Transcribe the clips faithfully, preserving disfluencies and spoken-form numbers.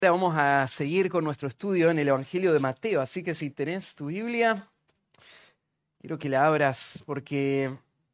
Ahora vamos a seguir con nuestro estudio en el Evangelio de Mateo, así que si tenés tu Biblia, quiero que la abras porque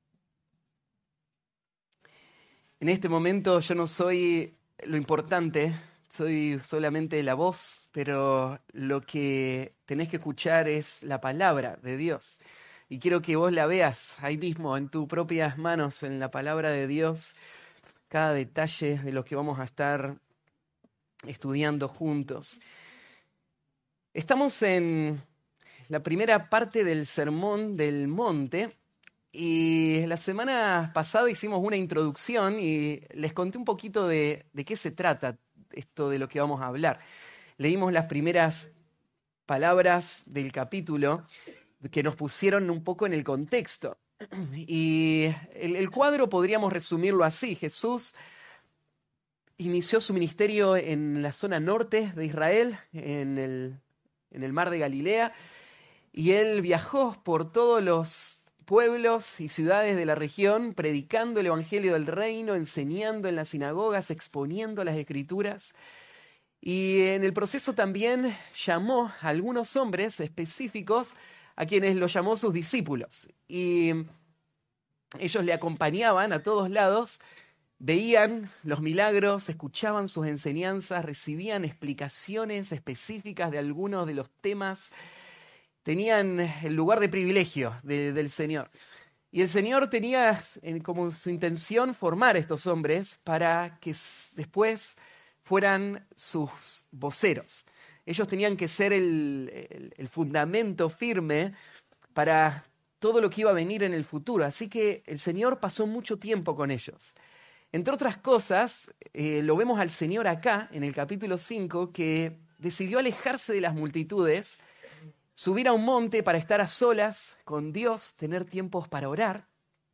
en este momento yo no soy lo importante, soy solamente la voz, pero lo que tenés que escuchar es la palabra de Dios. Y quiero que vos la veas ahí mismo, en tus propias manos, en la palabra de Dios, cada detalle de lo que vamos a estar estudiando juntos. Estamos en la primera parte del Sermón del Monte y la semana pasada hicimos una introducción y les conté un poquito de, de qué se trata esto de lo que vamos a hablar. Leímos las primeras palabras del capítulo que nos pusieron un poco en el contexto. Y el, el cuadro podríamos resumirlo así. Jesús inició su ministerio en la zona norte de Israel, en el, en el mar de Galilea, y él viajó por todos los pueblos y ciudades de la región, predicando el evangelio del reino, enseñando en las sinagogas, exponiendo las escrituras. Y en el proceso también llamó a algunos hombres específicos a quienes los llamó sus discípulos. Y ellos le acompañaban a todos lados, veían los milagros, escuchaban sus enseñanzas, recibían explicaciones específicas de algunos de los temas. Tenían el lugar de privilegio de, del Señor. Y el Señor tenía como su intención formar a estos hombres para que después fueran sus voceros. Ellos tenían que ser el, el, el fundamento firme para todo lo que iba a venir en el futuro. Así que el Señor pasó mucho tiempo con ellos. Entre otras cosas, eh, lo vemos al Señor acá, en el capítulo cinco, que decidió alejarse de las multitudes, subir a un monte para estar a solas con Dios, tener tiempos para orar.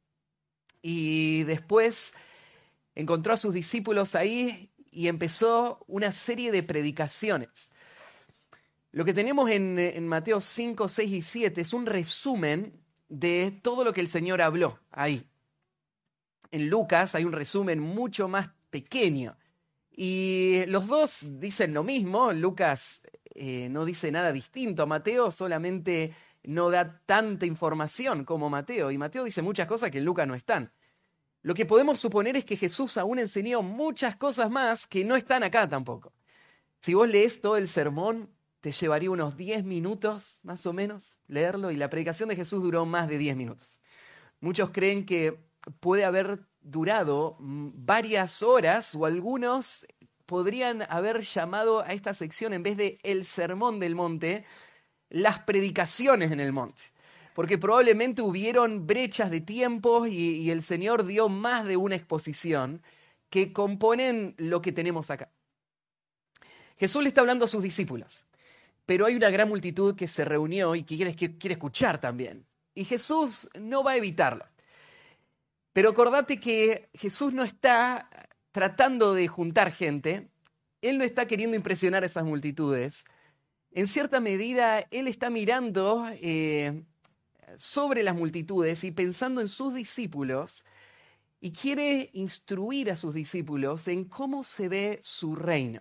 Y después encontró a sus discípulos ahí y empezó una serie de predicaciones. Lo que tenemos en, en Mateo cinco, seis y siete es un resumen de todo lo que el Señor habló ahí. En Lucas hay un resumen mucho más pequeño. Y los dos dicen lo mismo. Lucas eh, no dice nada distinto a Mateo, solamente no da tanta información como Mateo. Y Mateo dice muchas cosas que en Lucas no están. Lo que podemos suponer es que Jesús aún enseñó muchas cosas más que no están acá tampoco. Si vos lees todo el sermón, te llevaría unos diez minutos, más o menos, leerlo. Y la predicación de Jesús duró más de diez minutos. Muchos creen que puede haber durado varias horas o algunos podrían haber llamado a esta sección, en vez de el sermón del monte, las predicaciones en el monte. Porque probablemente hubieron brechas de tiempo y, y el Señor dio más de una exposición que componen lo que tenemos acá. Jesús le está hablando a sus discípulos, pero hay una gran multitud que se reunió y que quiere, que quiere escuchar también. Y Jesús no va a evitarlo. Pero acordate que Jesús no está tratando de juntar gente, Él no está queriendo impresionar a esas multitudes. En cierta medida, Él está mirando eh, sobre las multitudes y pensando en sus discípulos y quiere instruir a sus discípulos en cómo se ve su reino.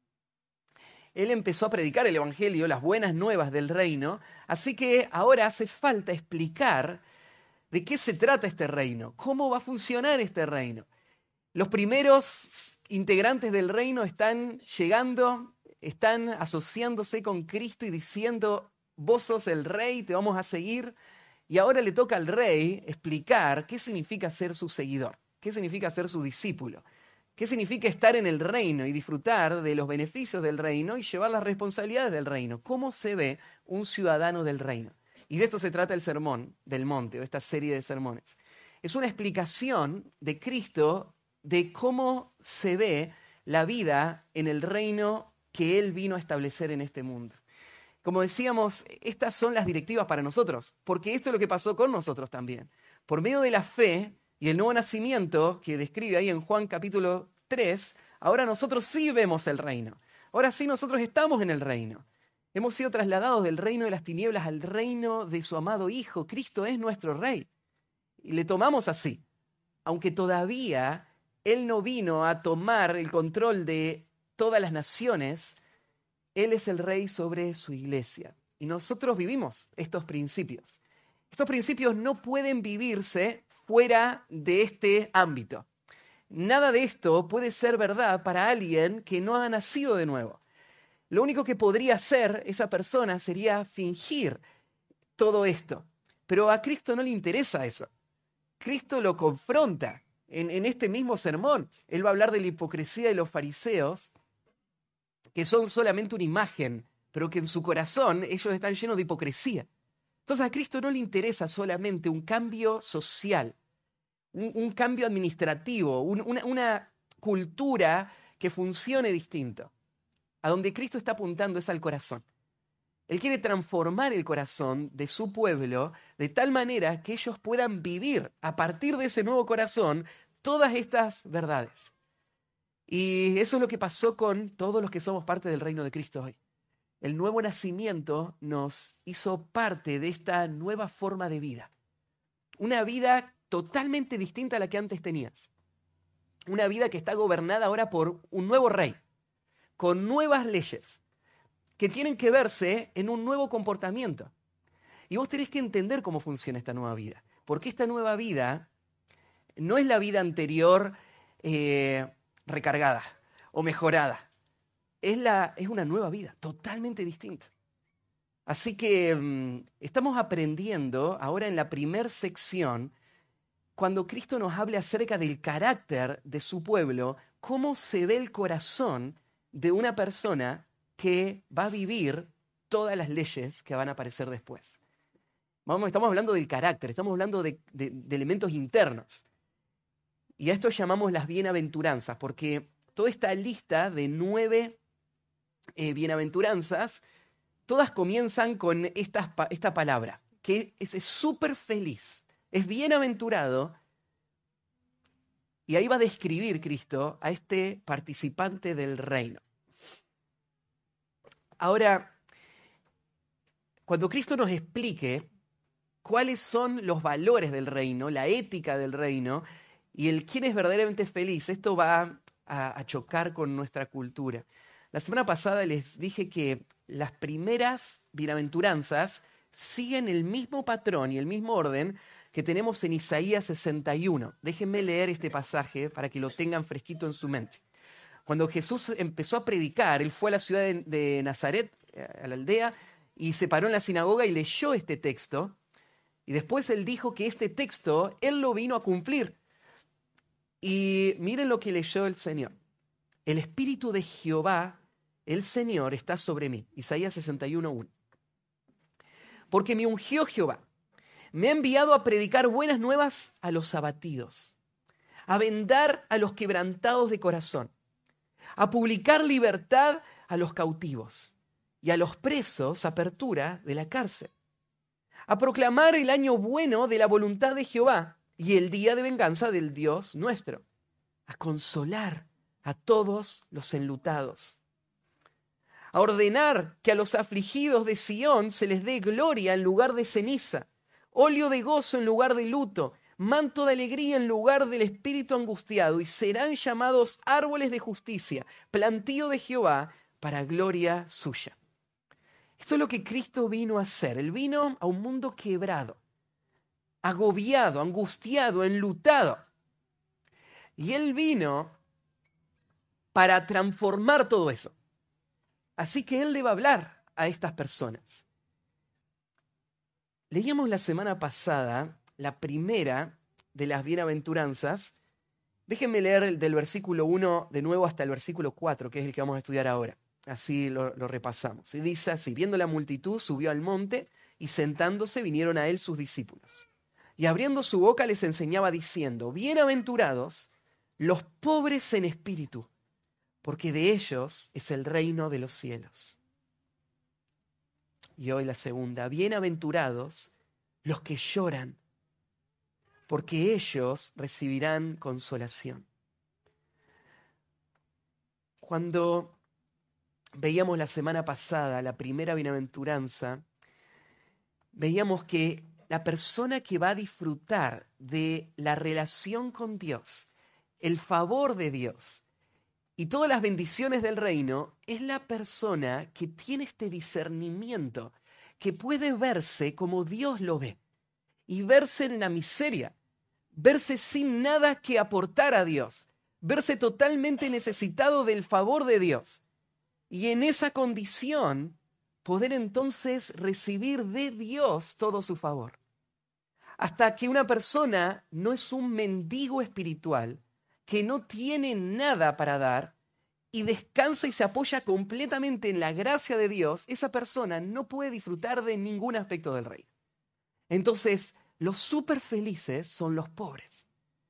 Él empezó a predicar el evangelio, las buenas nuevas del reino, así que ahora hace falta explicar ¿de qué se trata este reino? ¿Cómo va a funcionar este reino? Los primeros integrantes del reino están llegando, están asociándose con Cristo y diciendo, vos sos el rey, te vamos a seguir. Y ahora le toca al rey explicar qué significa ser su seguidor, qué significa ser su discípulo, qué significa estar en el reino y disfrutar de los beneficios del reino y llevar las responsabilidades del reino. ¿Cómo se ve un ciudadano del reino? Y de esto se trata el sermón del monte, o esta serie de sermones. Es una explicación de Cristo de cómo se ve la vida en el reino que Él vino a establecer en este mundo. Como decíamos, estas son las directivas para nosotros, porque esto es lo que pasó con nosotros también. Por medio de la fe y el nuevo nacimiento que describe ahí en Juan capítulo tres, ahora nosotros sí vemos el reino. Ahora sí nosotros estamos en el reino. Hemos sido trasladados del reino de las tinieblas al reino de su amado Hijo. Cristo es nuestro Rey. Y le tomamos así. Aunque todavía Él no vino a tomar el control de todas las naciones, Él es el rey sobre su iglesia. Y nosotros vivimos estos principios. Estos principios no pueden vivirse fuera de este ámbito. Nada de esto puede ser verdad para alguien que no ha nacido de nuevo. Lo único que podría hacer esa persona sería fingir todo esto. Pero a Cristo no le interesa eso. Cristo lo confronta en, en este mismo sermón. Él va a hablar de la hipocresía de los fariseos, que son solamente una imagen, pero que en su corazón ellos están llenos de hipocresía. Entonces a Cristo no le interesa solamente un cambio social, un, un cambio administrativo, un, una, una cultura que funcione distinto. A donde Cristo está apuntando es al corazón. Él quiere transformar el corazón de su pueblo de tal manera que ellos puedan vivir a partir de ese nuevo corazón todas estas verdades. Y eso es lo que pasó con todos los que somos parte del reino de Cristo hoy. El nuevo nacimiento nos hizo parte de esta nueva forma de vida. Una vida totalmente distinta a la que antes tenías. Una vida que está gobernada ahora por un nuevo rey, con nuevas leyes que tienen que verse en un nuevo comportamiento. Y vos tenés que entender cómo funciona esta nueva vida. Porque esta nueva vida no es la vida anterior eh, recargada o mejorada. Es, la, es una nueva vida, totalmente distinta. Así que um, estamos aprendiendo ahora en la primer sección, cuando Cristo nos hable acerca del carácter de su pueblo, cómo se ve el corazón de una persona que va a vivir todas las leyes que van a aparecer después. Vamos, estamos hablando del carácter, estamos hablando de, de, de elementos internos. Y a esto llamamos las bienaventuranzas, porque toda esta lista de nueve eh, bienaventuranzas, todas comienzan con esta, esta palabra, que es súper feliz, es bienaventurado. Y ahí va a describir Cristo a este participante del reino. Ahora, cuando Cristo nos explique cuáles son los valores del reino, la ética del reino, y el quién es verdaderamente feliz, esto va a, a chocar con nuestra cultura. La semana pasada les dije que las primeras bienaventuranzas siguen el mismo patrón y el mismo orden que tenemos en Isaías sesenta y uno. Déjenme leer este pasaje para que lo tengan fresquito en su mente. Cuando Jesús empezó a predicar, él fue a la ciudad de, de Nazaret, a la aldea, y se paró en la sinagoga y leyó este texto. Y después él dijo que este texto, él lo vino a cumplir. Y miren lo que leyó el Señor. El Espíritu de Jehová, el Señor, está sobre mí. Isaías sesenta y uno, uno. Porque me ungió Jehová. Me ha enviado a predicar buenas nuevas a los abatidos, a vendar a los quebrantados de corazón, a publicar libertad a los cautivos y a los presos apertura de la cárcel, a proclamar el año bueno de la voluntad de Jehová y el día de venganza del Dios nuestro, a consolar a todos los enlutados, a ordenar que a los afligidos de Sión se les dé gloria en lugar de ceniza, óleo de gozo en lugar de luto, manto de alegría en lugar del espíritu angustiado, y serán llamados árboles de justicia, plantío de Jehová para gloria suya. Esto es lo que Cristo vino a hacer. Él vino a un mundo quebrado, agobiado, angustiado, enlutado. Y Él vino para transformar todo eso. Así que Él le va a hablar a estas personas. Leíamos la semana pasada la primera de las bienaventuranzas. Déjenme leer del versículo uno de nuevo hasta el versículo cuatro, que es el que vamos a estudiar ahora. Así lo, lo repasamos. Y dice así: viendo la multitud, subió al monte, y sentándose vinieron a él sus discípulos. Y abriendo su boca les enseñaba diciendo: bienaventurados los pobres en espíritu, porque de ellos es el reino de los cielos. Y hoy la segunda: bienaventurados los que lloran, porque ellos recibirán consolación. Cuando veíamos la semana pasada la primera bienaventuranza, veíamos que la persona que va a disfrutar de la relación con Dios, el favor de Dios, y todas las bendiciones del reino, es la persona que tiene este discernimiento, que puede verse como Dios lo ve y verse en la miseria, verse sin nada que aportar a Dios, verse totalmente necesitado del favor de Dios. Y en esa condición, poder entonces recibir de Dios todo su favor. Hasta que una persona no es un mendigo espiritual, que no tiene nada para dar y descansa y se apoya completamente en la gracia de Dios, esa persona no puede disfrutar de ningún aspecto del reino. Entonces, los súper felices son los pobres.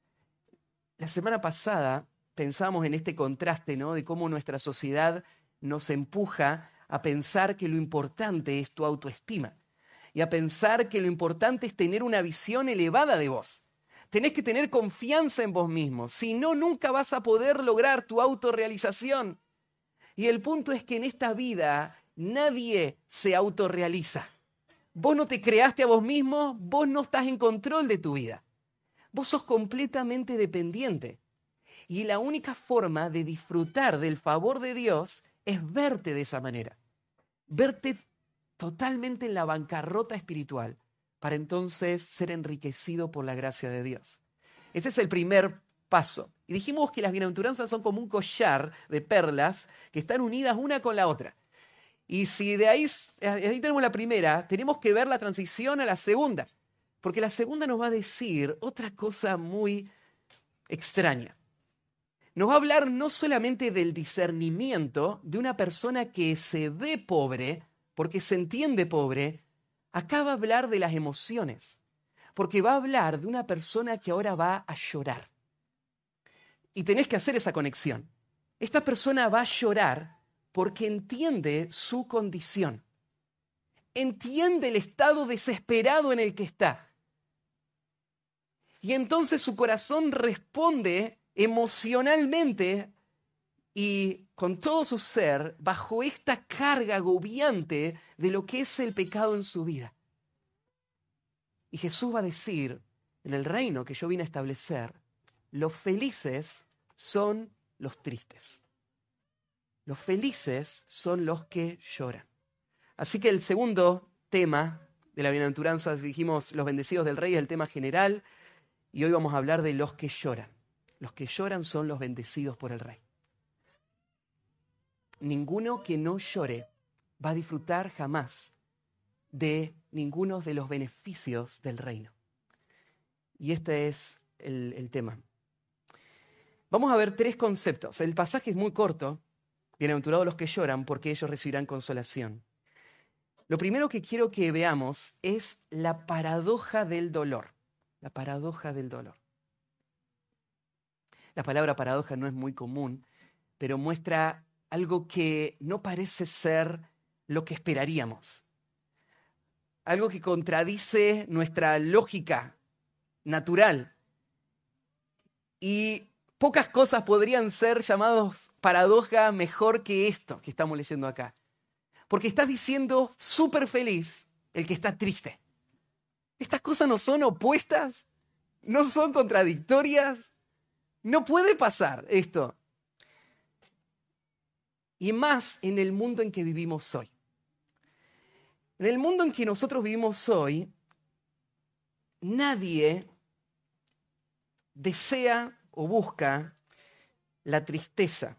La semana pasada pensamos en este contraste, ¿no?, de cómo nuestra sociedad nos empuja a pensar que lo importante es tu autoestima y a pensar que lo importante es tener una visión elevada de vos. Tenés que tener confianza en vos mismo, si no, nunca vas a poder lograr tu autorrealización. Y el punto es que en esta vida nadie se autorrealiza. Vos no te creaste a vos mismo, vos no estás en control de tu vida. Vos sos completamente dependiente. Y la única forma de disfrutar del favor de Dios es verte de esa manera. Verte totalmente en la bancarrota espiritual para entonces ser enriquecido por la gracia de Dios. Ese es el primer paso. Y dijimos que las bienaventuranzas son como un collar de perlas que están unidas una con la otra. Y si de ahí, ahí tenemos la primera, tenemos que ver la transición a la segunda. Porque la segunda nos va a decir otra cosa muy extraña. Nos va a hablar no solamente del discernimiento de una persona que se ve pobre, porque se entiende pobre. Acá va a hablar de las emociones, porque va a hablar de una persona que ahora va a llorar. Y tenés que hacer esa conexión. Esta persona va a llorar porque entiende su condición. Entiende el estado desesperado en el que está. Y entonces su corazón responde emocionalmente y con todo su ser bajo esta carga agobiante de lo que es el pecado en su vida. Y Jesús va a decir, en el reino que yo vine a establecer, los felices son los tristes. Los felices son los que lloran. Así que el segundo tema de la bienaventuranza, dijimos los bendecidos del rey, es el tema general, y hoy vamos a hablar de los que lloran. Los que lloran son los bendecidos por el rey. Ninguno que no llore va a disfrutar jamás de ninguno de los beneficios del reino. Y este es el, el tema. Vamos a ver tres conceptos. El pasaje es muy corto. Bienaventurados los que lloran, porque ellos recibirán consolación. Lo primero que quiero que veamos es la paradoja del dolor. La paradoja del dolor. La palabra paradoja no es muy común, pero muestra algo que no parece ser lo que esperaríamos. Algo que contradice nuestra lógica natural. Y pocas cosas podrían ser llamados paradoja mejor que esto que estamos leyendo acá. Porque estás diciendo súper feliz el que está triste. Estas cosas no son opuestas, no son contradictorias. No puede pasar esto. Y más en el mundo en que vivimos hoy. En el mundo en que nosotros vivimos hoy, nadie desea o busca la tristeza.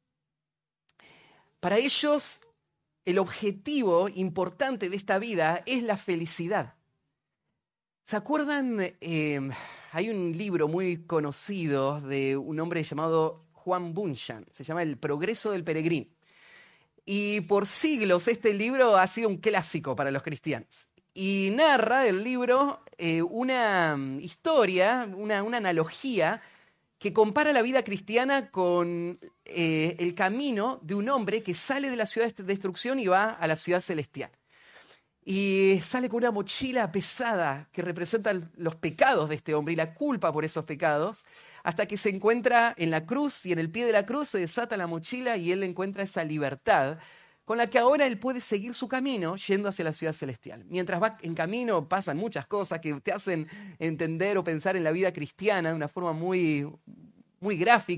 Para ellos, el objetivo importante de esta vida es la felicidad. ¿Se acuerdan? Eh, hay un libro muy conocido de un hombre llamado Juan Bunyan. Se llama El progreso del peregrino. Y por siglos este libro ha sido un clásico para los cristianos. Y narra el libro eh, una historia, una, una analogía que compara la vida cristiana con eh, el camino de un hombre que sale de la ciudad de destrucción y va a la ciudad celestial. Y sale con una mochila pesada que representa los pecados de este hombre y la culpa por esos pecados, hasta que se encuentra en la cruz y en el pie de la cruz se desata la mochila y él encuentra esa libertad con la que ahora él puede seguir su camino yendo hacia la ciudad celestial. Mientras va en camino pasan muchas cosas que te hacen entender o pensar en la vida cristiana de una forma muy, muy gráfica,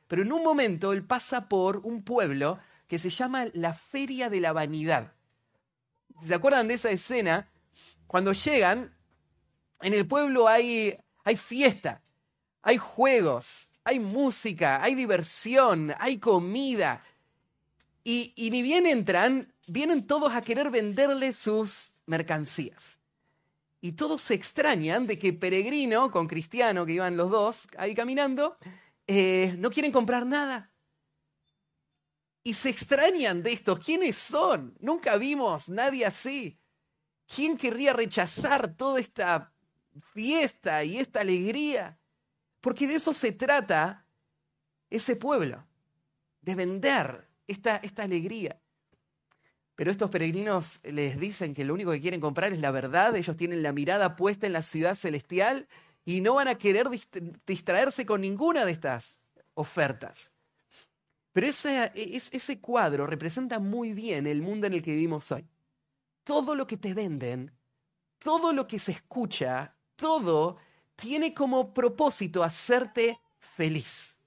pero en un momento él pasa por un pueblo que se llama la Feria de la Vanidad. ¿Se acuerdan de esa escena? Cuando llegan, en el pueblo hay, hay fiesta, hay juegos, hay música, hay diversión, hay comida. Y, y ni bien entran, vienen todos a querer venderle sus mercancías. Y todos se extrañan de que Peregrino con Cristiano, que iban los dos ahí caminando, eh, no quieren comprar nada. Y se extrañan de estos. ¿Quiénes son? Nunca vimos nadie así. ¿Quién querría rechazar toda esta fiesta y esta alegría? Porque de eso se trata ese pueblo, de vender esta, esta alegría. Pero estos peregrinos les dicen que lo único que quieren comprar es la verdad. Ellos tienen la mirada puesta en la ciudad celestial y no van a querer distraerse con ninguna de estas ofertas. Pero ese, ese cuadro representa muy bien el mundo en el que vivimos hoy. Todo lo que te venden, todo lo que se escucha, todo tiene como propósito hacerte feliz.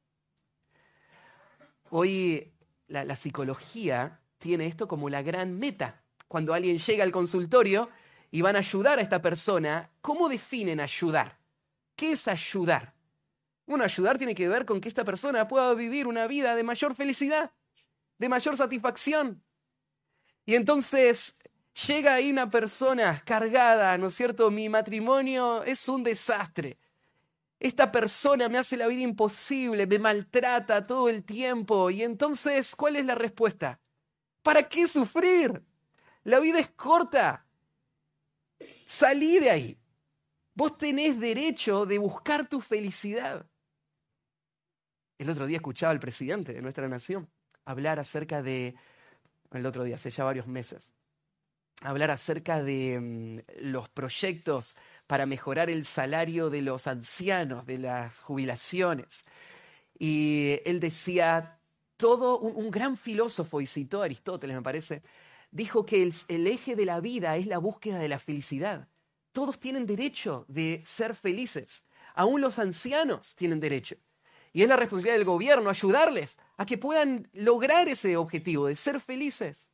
Hoy la, la psicología tiene esto como la gran meta. Cuando alguien llega al consultorio y van a ayudar a esta persona, ¿cómo definen ayudar? ¿Qué es ayudar? Bueno, ayudar tiene que ver con que esta persona pueda vivir una vida de mayor felicidad, de mayor satisfacción. Y entonces llega ahí una persona cargada, ¿no es cierto? Mi matrimonio es un desastre. Esta persona me hace la vida imposible, me maltrata todo el tiempo. Y entonces, ¿cuál es la respuesta? ¿Para qué sufrir? La vida es corta. Salí de ahí. Vos tenés derecho de buscar tu felicidad. El otro día escuchaba al presidente de nuestra nación hablar acerca de, el otro día, hace ya varios meses, hablar acerca de um, los proyectos para mejorar el salario de los ancianos, de las jubilaciones. Y él decía, todo un, un gran filósofo, y citó a Aristóteles, me parece, dijo que el, el eje de la vida es la búsqueda de la felicidad. Todos tienen derecho de ser felices. Aún los ancianos tienen derecho. Y es la responsabilidad del gobierno ayudarles a que puedan lograr ese objetivo de ser felices.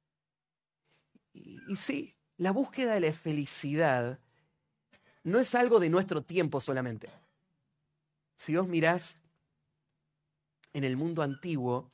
Y, y sí, la búsqueda de la felicidad no es algo de nuestro tiempo solamente. Si vos mirás en el mundo antiguo,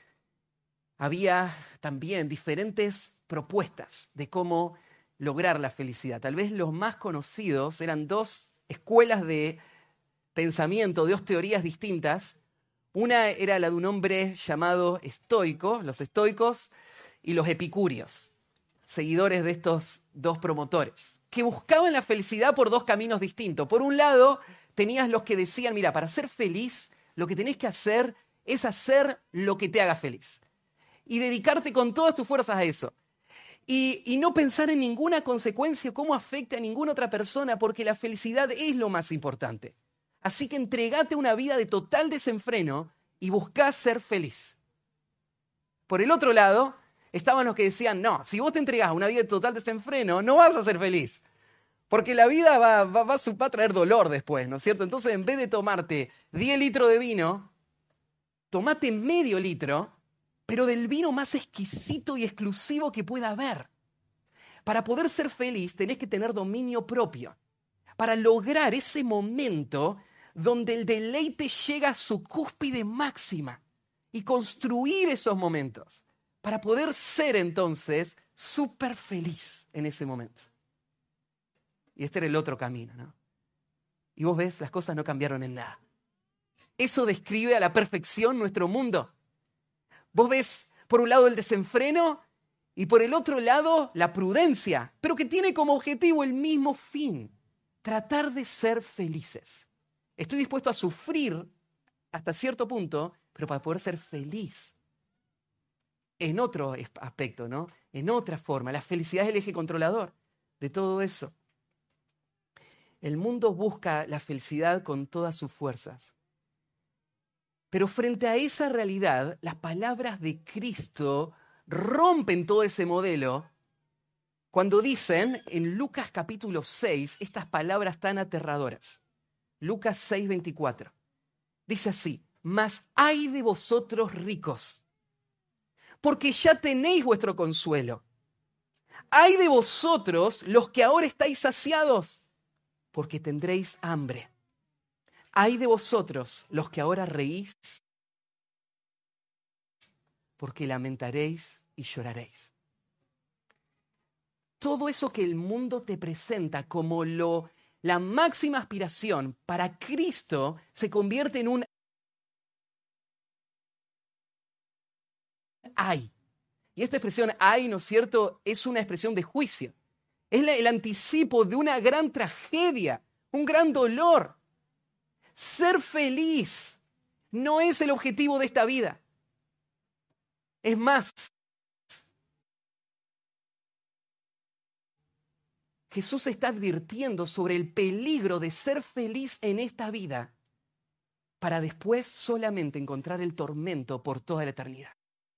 había también diferentes propuestas de cómo lograr la felicidad. Tal vez los más conocidos eran dos escuelas de pensamiento, dos teorías distintas. Una era la de un hombre llamado estoico, los estoicos, y los epicúreos, seguidores de estos dos promotores, que buscaban la felicidad por dos caminos distintos. Por un lado, tenías los que decían, mira, para ser feliz, lo que tenés que hacer es hacer lo que te haga feliz. Y dedicarte con todas tus fuerzas a eso. Y, y no pensar en ninguna consecuencia o cómo afecta a ninguna otra persona, porque la felicidad es lo más importante. Así que entregate una vida de total desenfreno y buscá ser feliz. Por el otro lado, estaban los que decían, no, si vos te entregás a una vida de total desenfreno, no vas a ser feliz. Porque la vida va, va, va, va a traer dolor después, ¿no es cierto? Entonces, en vez de tomarte diez litros de vino, tomate medio litro, pero del vino más exquisito y exclusivo que pueda haber. Para poder ser feliz, tenés que tener dominio propio. Para lograr ese momento donde el deleite llega a su cúspide máxima y construir esos momentos para poder ser entonces súper feliz en ese momento. Y este era el otro camino, ¿no? Y vos ves, las cosas no cambiaron en nada. Eso describe a la perfección nuestro mundo. Vos ves, por un lado, el desenfreno y por el otro lado, la prudencia, pero que tiene como objetivo el mismo fin, tratar de ser felices. Estoy dispuesto a sufrir hasta cierto punto, pero para poder ser feliz. En otro aspecto, ¿no? En otra forma. La felicidad es el eje controlador de todo eso. El mundo busca la felicidad con todas sus fuerzas. Pero frente a esa realidad, las palabras de Cristo rompen todo ese modelo cuando dicen en Lucas capítulo seis estas palabras tan aterradoras. Lucas seis veinticuatro. Dice así, mas ay de vosotros ricos, porque ya tenéis vuestro consuelo. Ay de vosotros los que ahora estáis saciados, porque tendréis hambre. Ay de vosotros los que ahora reís, porque lamentaréis y lloraréis. Todo eso que el mundo te presenta como lo, la máxima aspiración para Cristo se convierte en un ay. Y esta expresión ay, ¿no es cierto?, es una expresión de juicio. Es el anticipo de una gran tragedia, un gran dolor. Ser feliz no es el objetivo de esta vida. Es más, Jesús está advirtiendo sobre el peligro de ser feliz en esta vida para después solamente encontrar el tormento por toda la eternidad.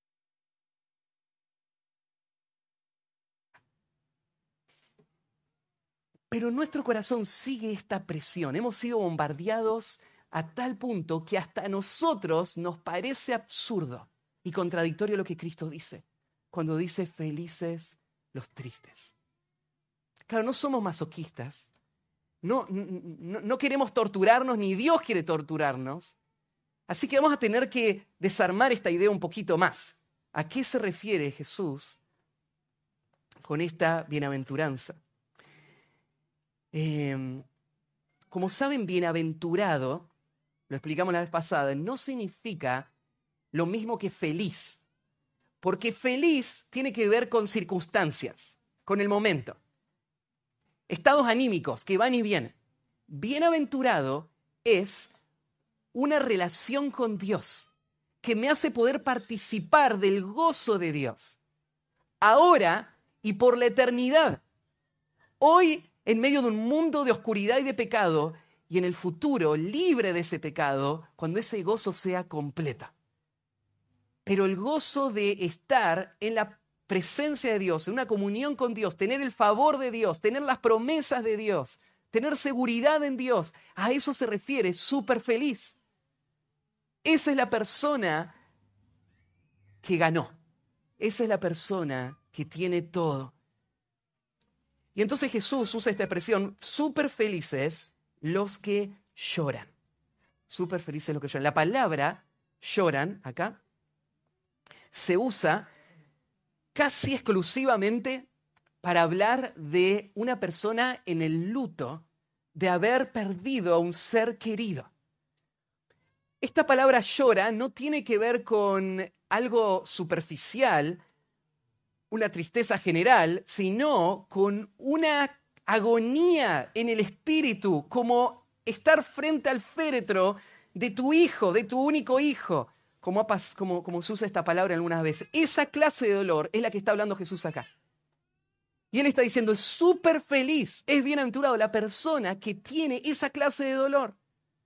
Pero en nuestro corazón sigue esta presión. Hemos sido bombardeados a tal punto que hasta a nosotros nos parece absurdo y contradictorio lo que Cristo dice, cuando dice felices los tristes. Claro, no somos masoquistas, no, no, no queremos torturarnos, ni Dios quiere torturarnos, así que vamos a tener que desarmar esta idea un poquito más. ¿A qué se refiere Jesús con esta bienaventuranza? Eh, como saben, bienaventurado, lo explicamos la vez pasada, no significa lo mismo que feliz, porque feliz tiene que ver con circunstancias, con el momento, estados anímicos que van y vienen. Bienaventurado es una relación con Dios que me hace poder participar del gozo de Dios, ahora y por la eternidad. Hoy, en medio de un mundo de oscuridad y de pecado, y en el futuro, libre de ese pecado, cuando ese gozo sea completo. Pero el gozo de estar en la presencia de Dios, en una comunión con Dios, tener el favor de Dios, tener las promesas de Dios, tener seguridad en Dios, a eso se refiere súper feliz. Esa es la persona que ganó. Esa es la persona que tiene todo. Y entonces Jesús usa esta expresión, súper felices los que lloran. Súper felices los que lloran. La palabra lloran, acá, se usa casi exclusivamente para hablar de una persona en el luto de haber perdido a un ser querido. Esta palabra llora no tiene que ver con algo superficial, una tristeza general, sino con una agonía en el espíritu, como estar frente al féretro de tu hijo, de tu único hijo, como, ha, como, como se usa esta palabra algunas veces. Esa clase de dolor es la que está hablando Jesús acá. Y él está diciendo, es súper feliz, es bienaventurado la persona que tiene esa clase de dolor.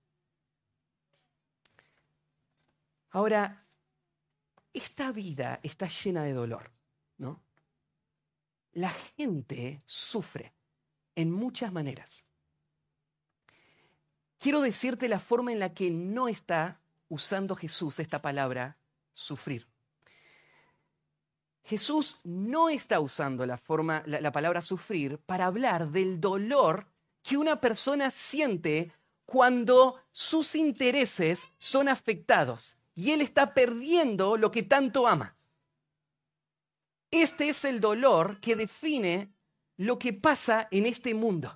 Ahora, esta vida está llena de dolor, ¿no? La gente sufre en muchas maneras. Quiero decirte la forma en la que no está usando Jesús esta palabra, sufrir. Jesús no está usando la, forma, la, la palabra sufrir para hablar del dolor que una persona siente cuando sus intereses son afectados y él está perdiendo lo que tanto ama. Este es el dolor que define lo que pasa en este mundo.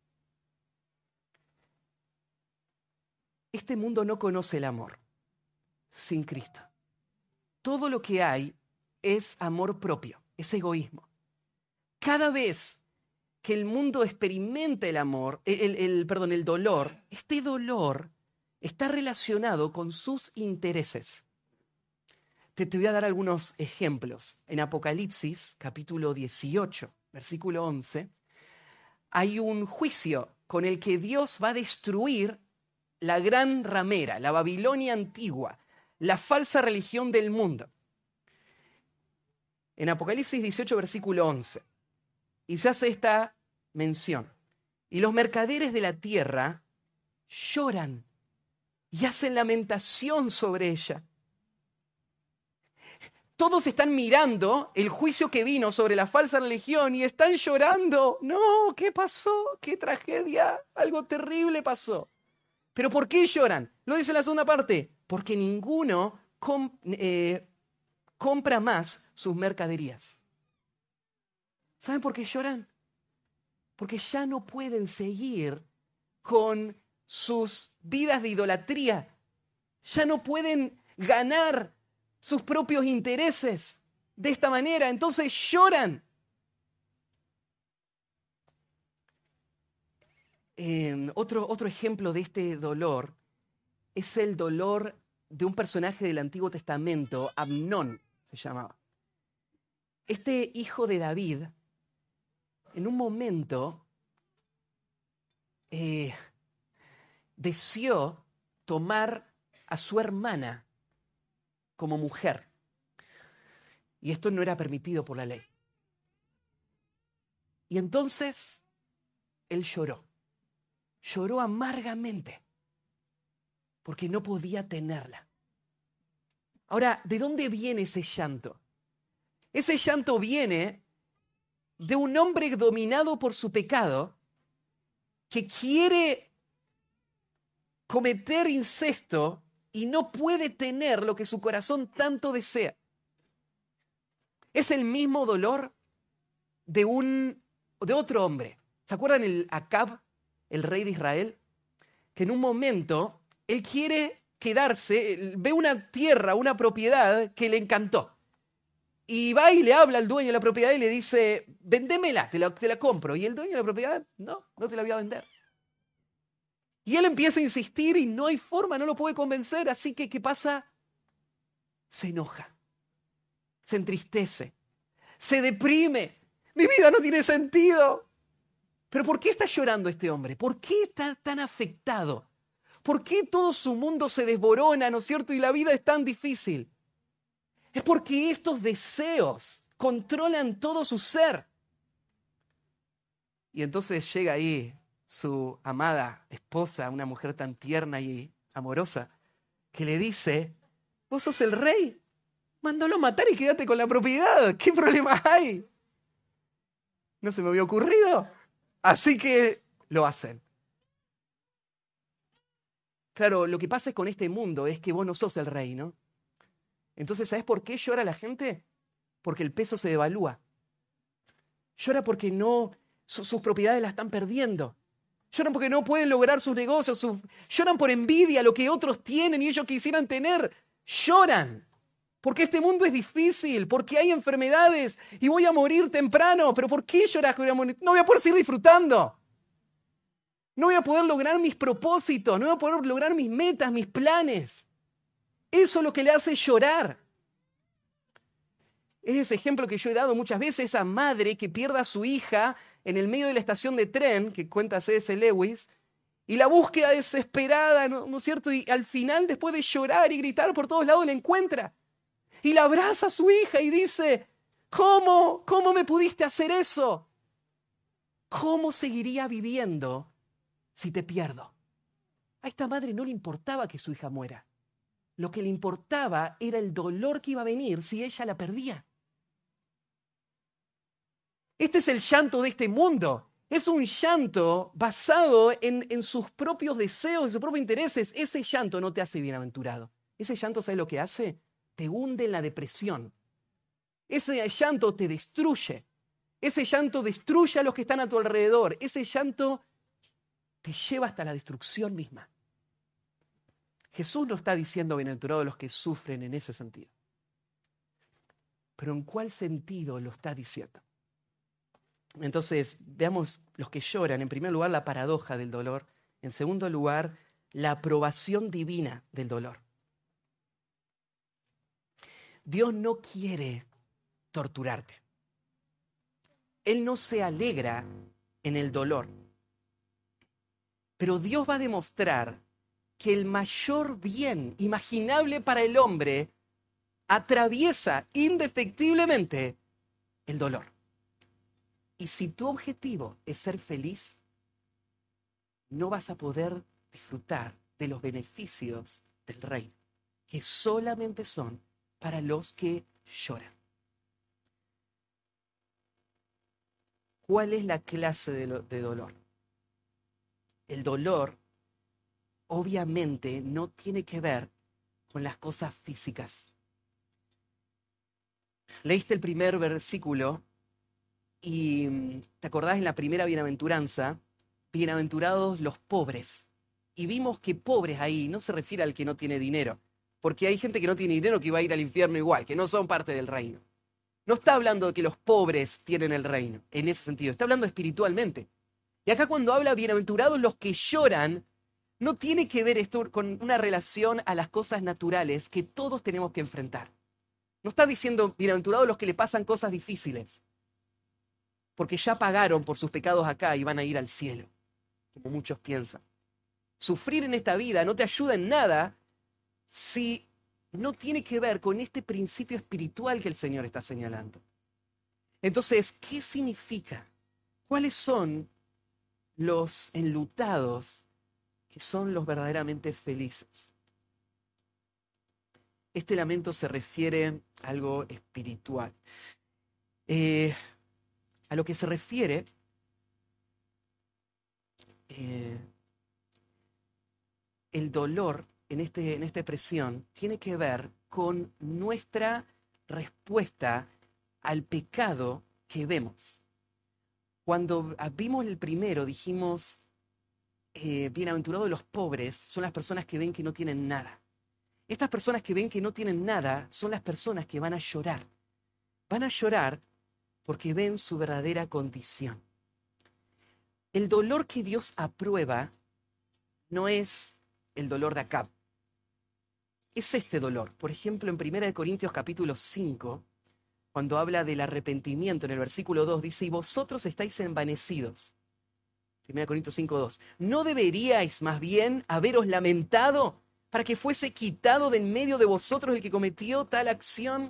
Este mundo no conoce el amor sin Cristo. Todo lo que hay es amor propio, es egoísmo. Cada vez que el mundo experimenta el amor, el, el, perdón, el dolor, este dolor está relacionado con sus intereses. Te, te voy a dar algunos ejemplos. En Apocalipsis, capítulo dieciocho, versículo once, hay un juicio con el que Dios va a destruir la gran ramera, la Babilonia antigua, la falsa religión del mundo. En Apocalipsis dieciocho, versículo once, y se hace esta mención. Y los mercaderes de la tierra lloran y hacen lamentación sobre ella. Todos están mirando el juicio que vino sobre la falsa religión y están llorando. No, ¿qué pasó? ¿Qué tragedia? Algo terrible pasó. ¿Pero por qué lloran? Lo dice la segunda parte. Porque ninguno com- eh, compra más sus mercaderías. ¿Saben por qué lloran? Porque ya no pueden seguir con sus vidas de idolatría. Ya no pueden ganar sus propios intereses de esta manera. Entonces lloran. Eh, otro, otro ejemplo de este dolor es el dolor de un personaje del Antiguo Testamento, Amnón se llamaba. Este hijo de David, en un momento, eh, deseó tomar a su hermana como mujer. Y esto no era permitido por la ley. Y entonces, él lloró. Lloró amargamente. Porque no podía tenerla. Ahora, ¿de dónde viene ese llanto? Ese llanto viene de un hombre dominado por su pecado que quiere cometer incesto y no puede tener lo que su corazón tanto desea. Es el mismo dolor de, un, de otro hombre. ¿Se acuerdan el Acab, el rey de Israel? Que en un momento él quiere quedarse, ve una tierra, una propiedad que le encantó. Y va y le habla al dueño de la propiedad y le dice, vendémela, te la, te la compro. Y el dueño de la propiedad, no, no te la voy a vender. Y él empieza a insistir y no hay forma, no lo puede convencer. Así que, ¿qué pasa? Se enoja, se entristece, se deprime. Mi vida no tiene sentido. Pero ¿por qué está llorando este hombre? ¿Por qué está tan afectado? ¿Por qué todo su mundo se desborona, ¿no es cierto? Y la vida es tan difícil. Es porque estos deseos controlan todo su ser. Y entonces llega ahí su amada esposa, una mujer tan tierna y amorosa, que le dice, vos sos el rey, mándalo a matar y quédate con la propiedad, ¿qué problema hay? No se me había ocurrido, así que lo hacen. Claro, lo que pasa con este mundo es que vos no sos el rey, ¿no? Entonces, ¿sabés por qué llora la gente? Porque el peso se devalúa. Llora porque no, su, sus propiedades las están perdiendo. Lloran porque no pueden lograr sus negocios. Sus, lloran por envidia, lo que otros tienen y ellos quisieran tener. Lloran porque este mundo es difícil, porque hay enfermedades y voy a morir temprano. ¿Pero por qué lloras que voy a morir? No voy a poder seguir disfrutando. No voy a poder lograr mis propósitos. No voy a poder lograr mis metas, mis planes. Eso es lo que le hace llorar. Es ese ejemplo que yo he dado muchas veces, esa madre que pierde a su hija en el medio de la estación de tren, que cuenta C S Lewis, y la búsqueda desesperada, ¿no, ¿no es cierto? Y al final, después de llorar y gritar por todos lados, la encuentra. Y la abraza a su hija y dice, ¿cómo? ¿Cómo me pudiste hacer eso? ¿Cómo seguiría viviendo si te pierdo? A esta madre no le importaba que su hija muera. Lo que le importaba era el dolor que iba a venir si ella la perdía. Este es el llanto de este mundo. Es un llanto basado en, en sus propios deseos, en sus propios intereses. Ese llanto no te hace bienaventurado. Ese llanto, ¿sabes lo que hace? Te hunde en la depresión. Ese llanto te destruye. Ese llanto destruye a los que están a tu alrededor. Ese llanto te lleva hasta la destrucción misma. Jesús no está diciendo bienaventurados los que sufren en ese sentido. Pero ¿en cuál sentido lo está diciendo? Entonces, veamos los que lloran. En primer lugar, la paradoja del dolor. En segundo lugar, la aprobación divina del dolor. Dios no quiere torturarte. Él no se alegra en el dolor. Pero Dios va a demostrar que el mayor bien imaginable para el hombre atraviesa indefectiblemente el dolor. Y si tu objetivo es ser feliz, no vas a poder disfrutar de los beneficios del reino, que solamente son para los que lloran. ¿Cuál es la clase de, lo, de dolor? El dolor obviamente no tiene que ver con las cosas físicas. Leíste el primer versículo y te acordás en la primera bienaventuranza, bienaventurados los pobres. Y vimos que pobres ahí no se refiere al que no tiene dinero, porque hay gente que no tiene dinero que va a ir al infierno igual, que no son parte del reino. No está hablando de que los pobres tienen el reino, en ese sentido, está hablando espiritualmente. Y acá cuando habla bienaventurados los que lloran, no tiene que ver esto con una relación a las cosas naturales que todos tenemos que enfrentar. No está diciendo bienaventurados los que le pasan cosas difíciles, porque ya pagaron por sus pecados acá y van a ir al cielo, como muchos piensan. Sufrir en esta vida no te ayuda en nada si no tiene que ver con este principio espiritual que el Señor está señalando. Entonces, ¿qué significa? ¿Cuáles son los enlutados que son los verdaderamente felices? Este lamento se refiere a algo espiritual. Eh, a lo que se refiere, eh, el dolor en, este, en esta expresión tiene que ver con nuestra respuesta al pecado que vemos. Cuando vimos el primero, dijimos, eh, bienaventurados los pobres son las personas que ven que no tienen nada. Estas personas que ven que no tienen nada son las personas que van a llorar. Van a llorar porque ven su verdadera condición. El dolor que Dios aprueba no es el dolor de Acab. Es este dolor. Por ejemplo, en primera de Corintios capítulo cinco, cuando habla del arrepentimiento, en el versículo dos, dice, y vosotros estáis envanecidos. primera de Corintios cinco, dos. ¿No deberíais más bien haberos lamentado para que fuese quitado de en medio de vosotros el que cometió tal acción?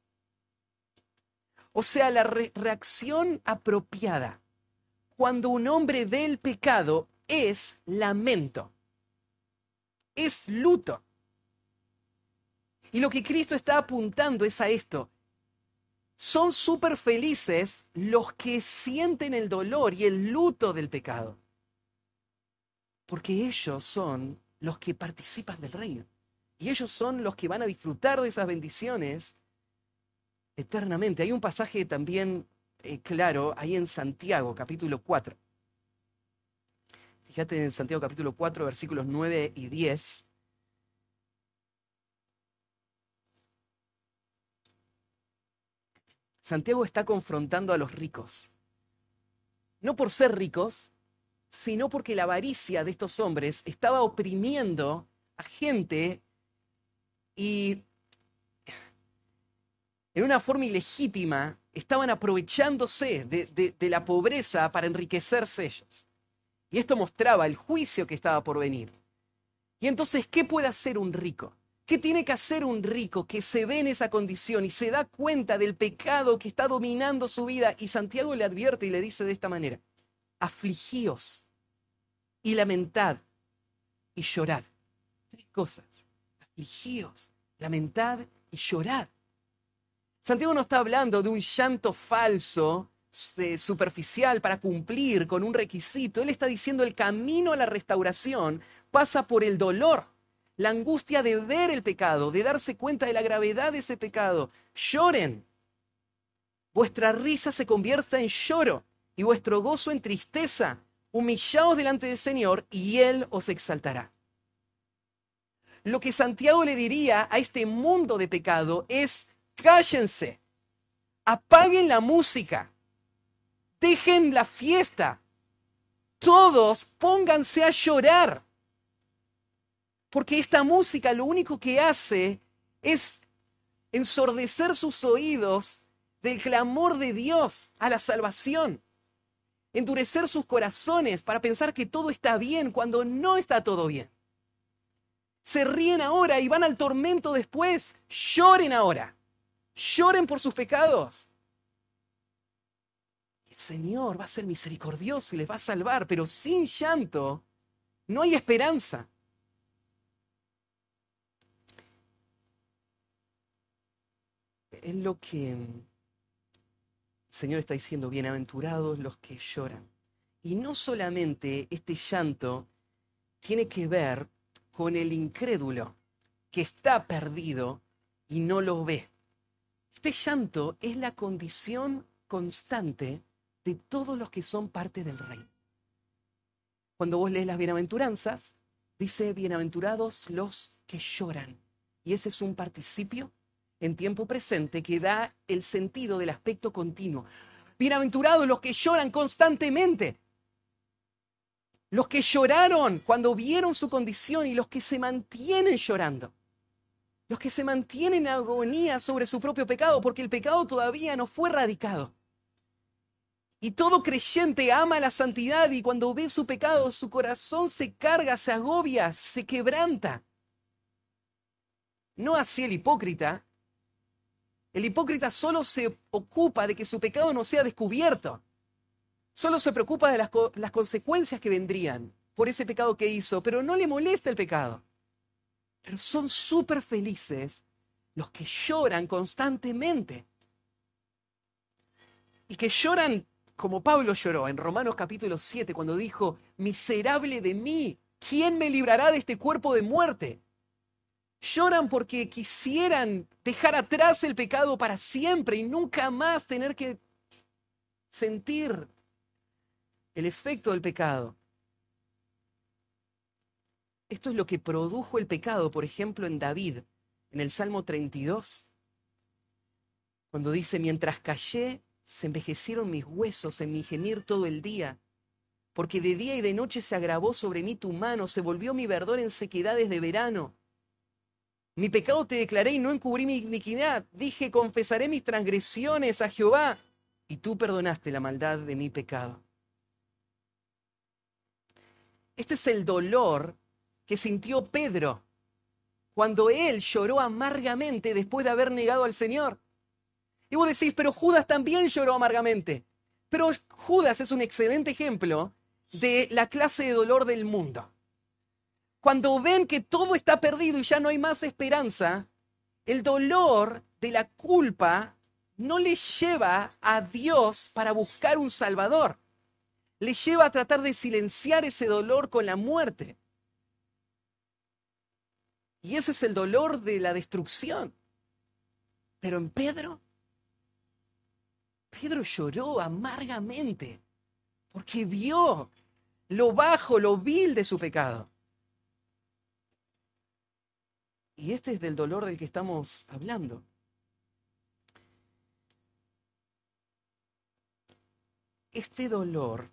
O sea, la re- reacción apropiada cuando un hombre ve el pecado es lamento, es luto. Y lo que Cristo está apuntando es a esto. Son súper felices los que sienten el dolor y el luto del pecado, porque ellos son los que participan del reino. Y ellos son los que van a disfrutar de esas bendiciones eternamente. Hay un pasaje también eh, claro ahí en Santiago, capítulo cuatro. Fíjate en Santiago capítulo cuatro, versículos nueve y diez. Santiago está confrontando a los ricos. No por ser ricos, sino porque la avaricia de estos hombres estaba oprimiendo a gente y en una forma ilegítima estaban aprovechándose de, de, de la pobreza para enriquecerse ellos. Y esto mostraba el juicio que estaba por venir. Y entonces, ¿qué puede hacer un rico? ¿Qué tiene que hacer un rico que se ve en esa condición y se da cuenta del pecado que está dominando su vida? Y Santiago le advierte y le dice de esta manera, afligíos y lamentad y llorad. Tres cosas, afligíos, lamentad y llorad. Santiago no está hablando de un llanto falso, eh, superficial para cumplir con un requisito. Él está diciendo el camino a la restauración pasa por el dolor, la angustia de ver el pecado, de darse cuenta de la gravedad de ese pecado. Lloren. Vuestra risa se convierta en lloro y vuestro gozo en tristeza. Humillaos delante del Señor y Él os exaltará. Lo que Santiago le diría a este mundo de pecado es: cállense, apaguen la música, dejen la fiesta, todos pónganse a llorar. Porque esta música lo único que hace es ensordecer sus oídos del clamor de Dios a la salvación. Endurecer sus corazones para pensar que todo está bien cuando no está todo bien. Se ríen ahora y van al tormento después. Lloren ahora. Lloren por sus pecados. El Señor va a ser misericordioso y les va a salvar, pero sin llanto no hay esperanza. es lo que el Señor está diciendo, bienaventurados los que lloran. Y no solamente este llanto tiene que ver con el incrédulo que está perdido y no lo ve. Este llanto es la condición constante de todos los que son parte del reino. Cuando vos lees las bienaventuranzas, dice bienaventurados los que lloran. Y ese es un participio en tiempo presente que da el sentido del aspecto continuo. Bienaventurados los que lloran constantemente. Los que lloraron cuando vieron su condición y los que se mantienen llorando. Los que se mantienen en agonía sobre su propio pecado porque el pecado todavía no fue erradicado. Y todo creyente ama la santidad y cuando ve su pecado, su corazón se carga, se agobia, se quebranta. No así el hipócrita. El hipócrita solo se ocupa de que su pecado no sea descubierto. Solo se preocupa de las, co- las consecuencias que vendrían por ese pecado que hizo, pero no le molesta el pecado. Pero son súper felices los que lloran constantemente. Y que lloran como Pablo lloró en Romanos capítulo siete cuando dijo, miserable de mí, ¿quién me librará de este cuerpo de muerte? Lloran porque quisieran dejar atrás el pecado para siempre y nunca más tener que sentir el efecto del pecado. Esto es lo que produjo el pecado, por ejemplo, en David, en el Salmo treinta y dos, cuando dice, mientras callé, se envejecieron mis huesos en mi gemir todo el día, porque de día y de noche se agravó sobre mí tu mano, se volvió mi verdor en sequedades de verano. Mi pecado te declaré y no encubrí mi iniquidad. Dije, confesaré mis transgresiones a Jehová, y tú perdonaste la maldad de mi pecado. Este es el dolor que sintió Pedro cuando él lloró amargamente después de haber negado al Señor. Y vos decís, pero Judas también lloró amargamente. Pero Judas es un excelente ejemplo de la clase de dolor del mundo. Cuando ven que todo está perdido y ya no hay más esperanza, el dolor de la culpa no les lleva a Dios para buscar un Salvador. Les lleva a tratar de silenciar ese dolor con la muerte. Y ese es el dolor de la destrucción. Pero en Pedro, Pedro lloró amargamente porque vio lo bajo, lo vil de su pecado. Y este es del dolor del que estamos hablando. Este dolor,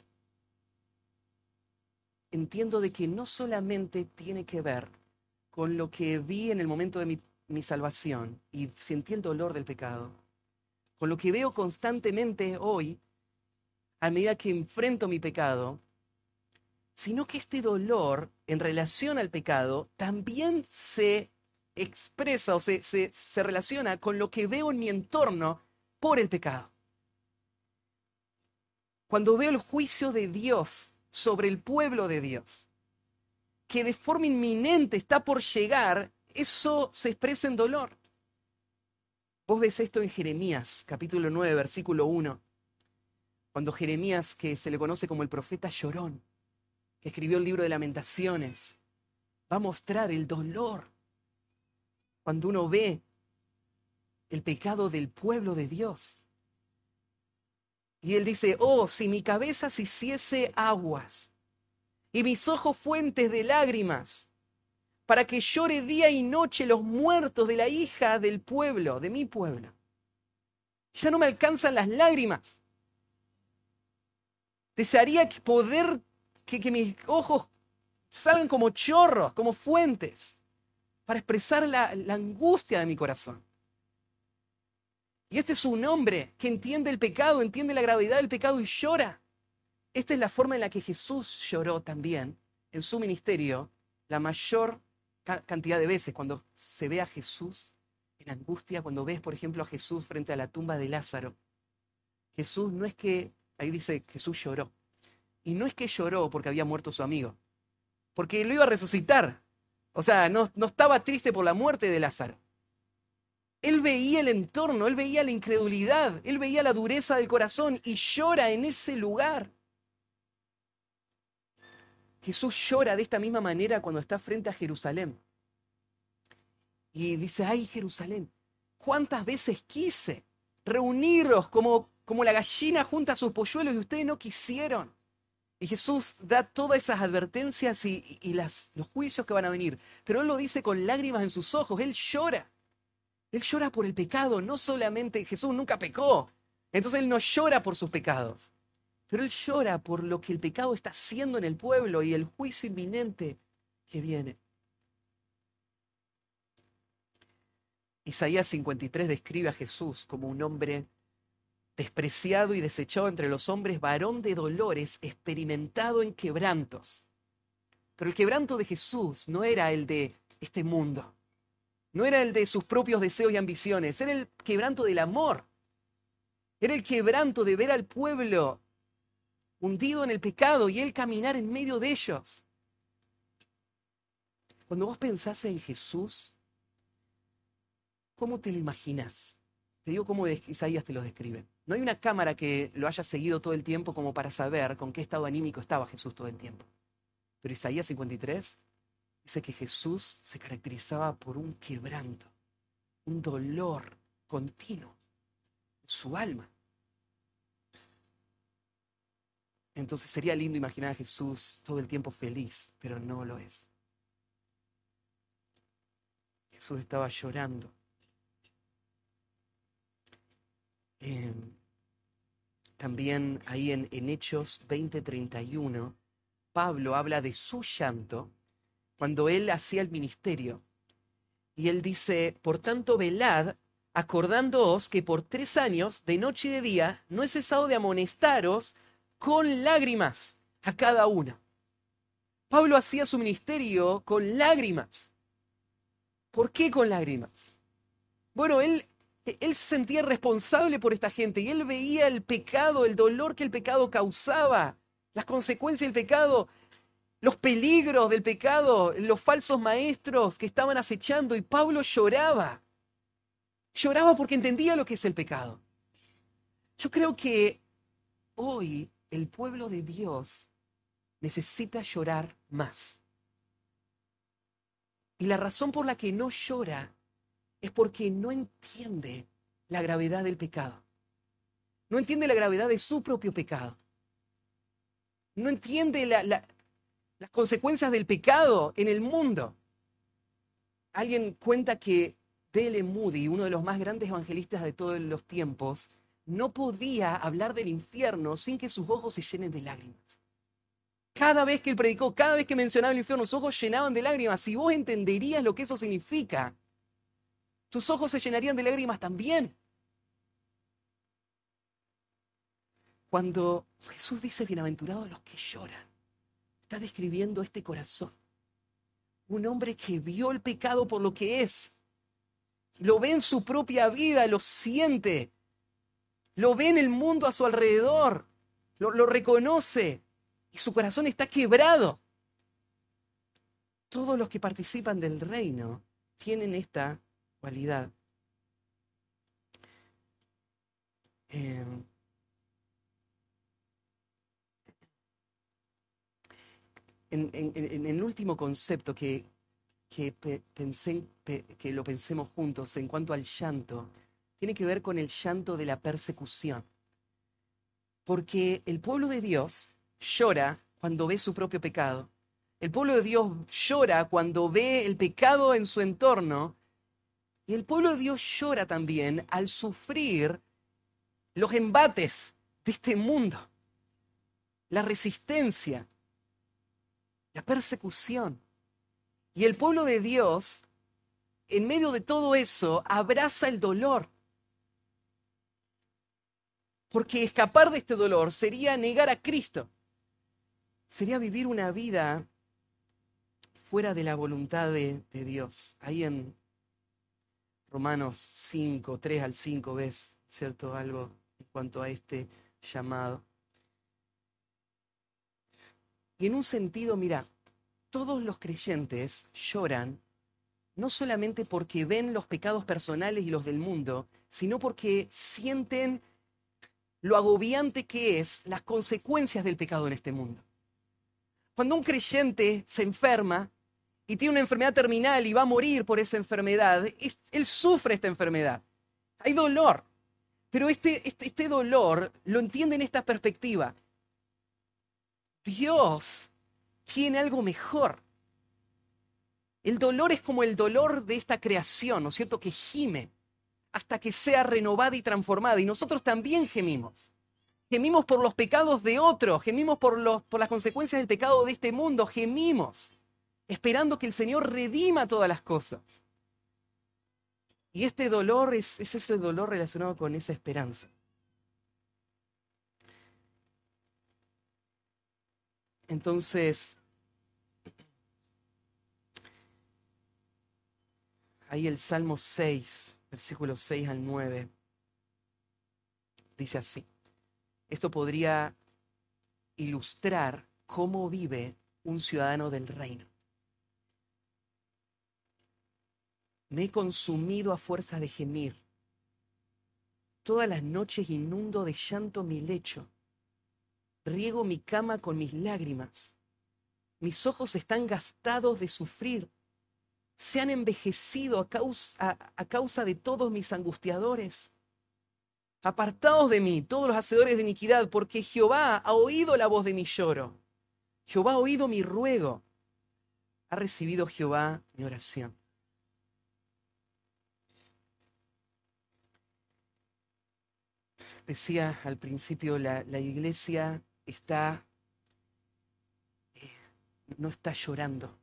entiendo de que no solamente tiene que ver con lo que vi en el momento de mi, mi salvación y sentí el dolor del pecado, con lo que veo constantemente hoy, a medida que enfrento mi pecado, sino que este dolor en relación al pecado también se expresa o se, se, se relaciona con lo que veo en mi entorno por el pecado. Cuando veo el juicio de Dios sobre el pueblo de Dios, que de forma inminente está por llegar, eso se expresa en dolor. Vos ves esto en Jeremías, capítulo nueve, versículo uno, cuando Jeremías, que se le conoce como el profeta llorón, que escribió el libro de Lamentaciones, va a mostrar el dolor cuando uno ve el pecado del pueblo de Dios. Y él dice, oh, si mi cabeza se hiciese aguas y mis ojos fuentes de lágrimas, para que llore día y noche los muertos de la hija del pueblo, de mi pueblo. Ya no me alcanzan las lágrimas. Desearía poder que, que mis ojos salgan como chorros, como fuentes, para expresar la, la angustia de mi corazón. Y este es un hombre que entiende el pecado, entiende la gravedad del pecado y llora. Esta es la forma en la que Jesús lloró también en su ministerio la mayor ca- cantidad de veces. Cuando se ve a Jesús en angustia, cuando ves, por ejemplo, a Jesús frente a la tumba de Lázaro, Jesús no es que, ahí dice, Jesús lloró. Y no es que lloró porque había muerto su amigo, porque lo iba a resucitar. O sea, no, no estaba triste por la muerte de Lázaro. Él veía el entorno, él veía la incredulidad, él veía la dureza del corazón y llora en ese lugar. Jesús llora de esta misma manera cuando está frente a Jerusalén. Y dice, ay Jerusalén, ¿cuántas veces quise reuniros como, como la gallina junta a sus polluelos y ustedes no quisieron? Y Jesús da todas esas advertencias y, y las, los juicios que van a venir. Pero Él lo dice con lágrimas en sus ojos, Él llora. Él llora por el pecado, no solamente, Jesús nunca pecó. Entonces Él no llora por sus pecados. Pero Él llora por lo que el pecado está haciendo en el pueblo y el juicio inminente que viene. Isaías cincuenta y tres describe a Jesús como un hombre despreciado y desechado entre los hombres, varón de dolores, experimentado en quebrantos. Pero el quebranto de Jesús no era el de este mundo, no era el de sus propios deseos y ambiciones, era el quebranto del amor. Era el quebranto de ver al pueblo hundido en el pecado y Él caminar en medio de ellos. Cuando vos pensás en Jesús, ¿cómo te lo imaginas? Te digo cómo Isaías te lo describe. No hay una cámara que lo haya seguido todo el tiempo como para saber con qué estado anímico estaba Jesús todo el tiempo. Pero Isaías cincuenta y tres dice que Jesús se caracterizaba por un quebranto, un dolor continuo en su alma. Entonces sería lindo imaginar a Jesús todo el tiempo feliz, pero no lo es. Jesús estaba llorando. Eh, también ahí en, en Hechos veinte treinta y uno, Pablo habla de su llanto cuando él hacía el ministerio. Y él dice, por tanto, velad, acordándoos que por tres años, de noche y de día, no he cesado de amonestaros con lágrimas a cada una. Pablo hacía su ministerio con lágrimas. ¿Por qué con lágrimas? Bueno, él, él se sentía responsable por esta gente y él veía el pecado, el dolor que el pecado causaba, las consecuencias del pecado, los peligros del pecado, los falsos maestros que estaban acechando, y Pablo lloraba. Lloraba porque entendía lo que es el pecado. Yo creo que hoy el pueblo de Dios necesita llorar más. Y la razón por la que no llora es porque no entiende la gravedad del pecado. No entiende la gravedad de su propio pecado. No entiende la, la, las consecuencias del pecado en el mundo. Alguien cuenta que D L Moody, uno de los más grandes evangelistas de todos los tiempos, no podía hablar del infierno sin que sus ojos se llenen de lágrimas. Cada vez que él predicó, cada vez que mencionaba el infierno, sus ojos llenaban de lágrimas. Si vos entenderías lo que eso significa, tus ojos se llenarían de lágrimas también. Cuando Jesús dice, bienaventurados los que lloran, está describiendo este corazón. Un hombre que vio el pecado por lo que es. Lo ve en su propia vida, lo siente. Lo ve en el mundo a su alrededor. Lo, lo reconoce. Y su corazón está quebrado. Todos los que participan del reino tienen esta cualidad. Eh, en, en, en el último concepto que, que, pensé, que lo pensemos juntos en cuanto al llanto, tiene que ver con el llanto de la persecución. Porque el pueblo de Dios llora cuando ve su propio pecado. El pueblo de Dios llora cuando ve el pecado en su entorno. Y el pueblo de Dios llora también al sufrir los embates de este mundo. La resistencia, la persecución. Y el pueblo de Dios, en medio de todo eso, abraza el dolor. Porque escapar de este dolor sería negar a Cristo. Sería vivir una vida fuera de la voluntad de, de Dios. Ahí en Romanos cinco, tres al cinco ves, ¿cierto? Algo en cuanto a este llamado. Y en un sentido, mira, todos los creyentes lloran no solamente porque ven los pecados personales y los del mundo, sino porque sienten lo agobiante que es las consecuencias del pecado en este mundo. Cuando un creyente se enferma y tiene una enfermedad terminal y va a morir por esa enfermedad, es, él sufre esta enfermedad. Hay dolor, pero este, este, este dolor lo entiende en esta perspectiva. Dios tiene algo mejor. El dolor es como el dolor de esta creación, ¿no es cierto?, que gime hasta que sea renovada y transformada. Y nosotros también gemimos. Gemimos por los pecados de otros, gemimos por, los, por las consecuencias del pecado de este mundo, gemimos, esperando que el Señor redima todas las cosas. Y este dolor es, es ese dolor relacionado con esa esperanza. Entonces, ahí el Salmo seis, versículos seis al nueve, dice así. Esto podría ilustrar cómo vive un ciudadano del reino. Me he consumido a fuerza de gemir. Todas las noches inundo de llanto mi lecho. Riego mi cama con mis lágrimas. Mis ojos están gastados de sufrir. Se han envejecido a causa, a, a causa de todos mis angustiadores. Apartaos de mí, todos los hacedores de iniquidad, porque Jehová ha oído la voz de mi lloro. Jehová ha oído mi ruego. Ha recibido Jehová mi oración. Decía al principio, la, la iglesia está, eh, no está llorando.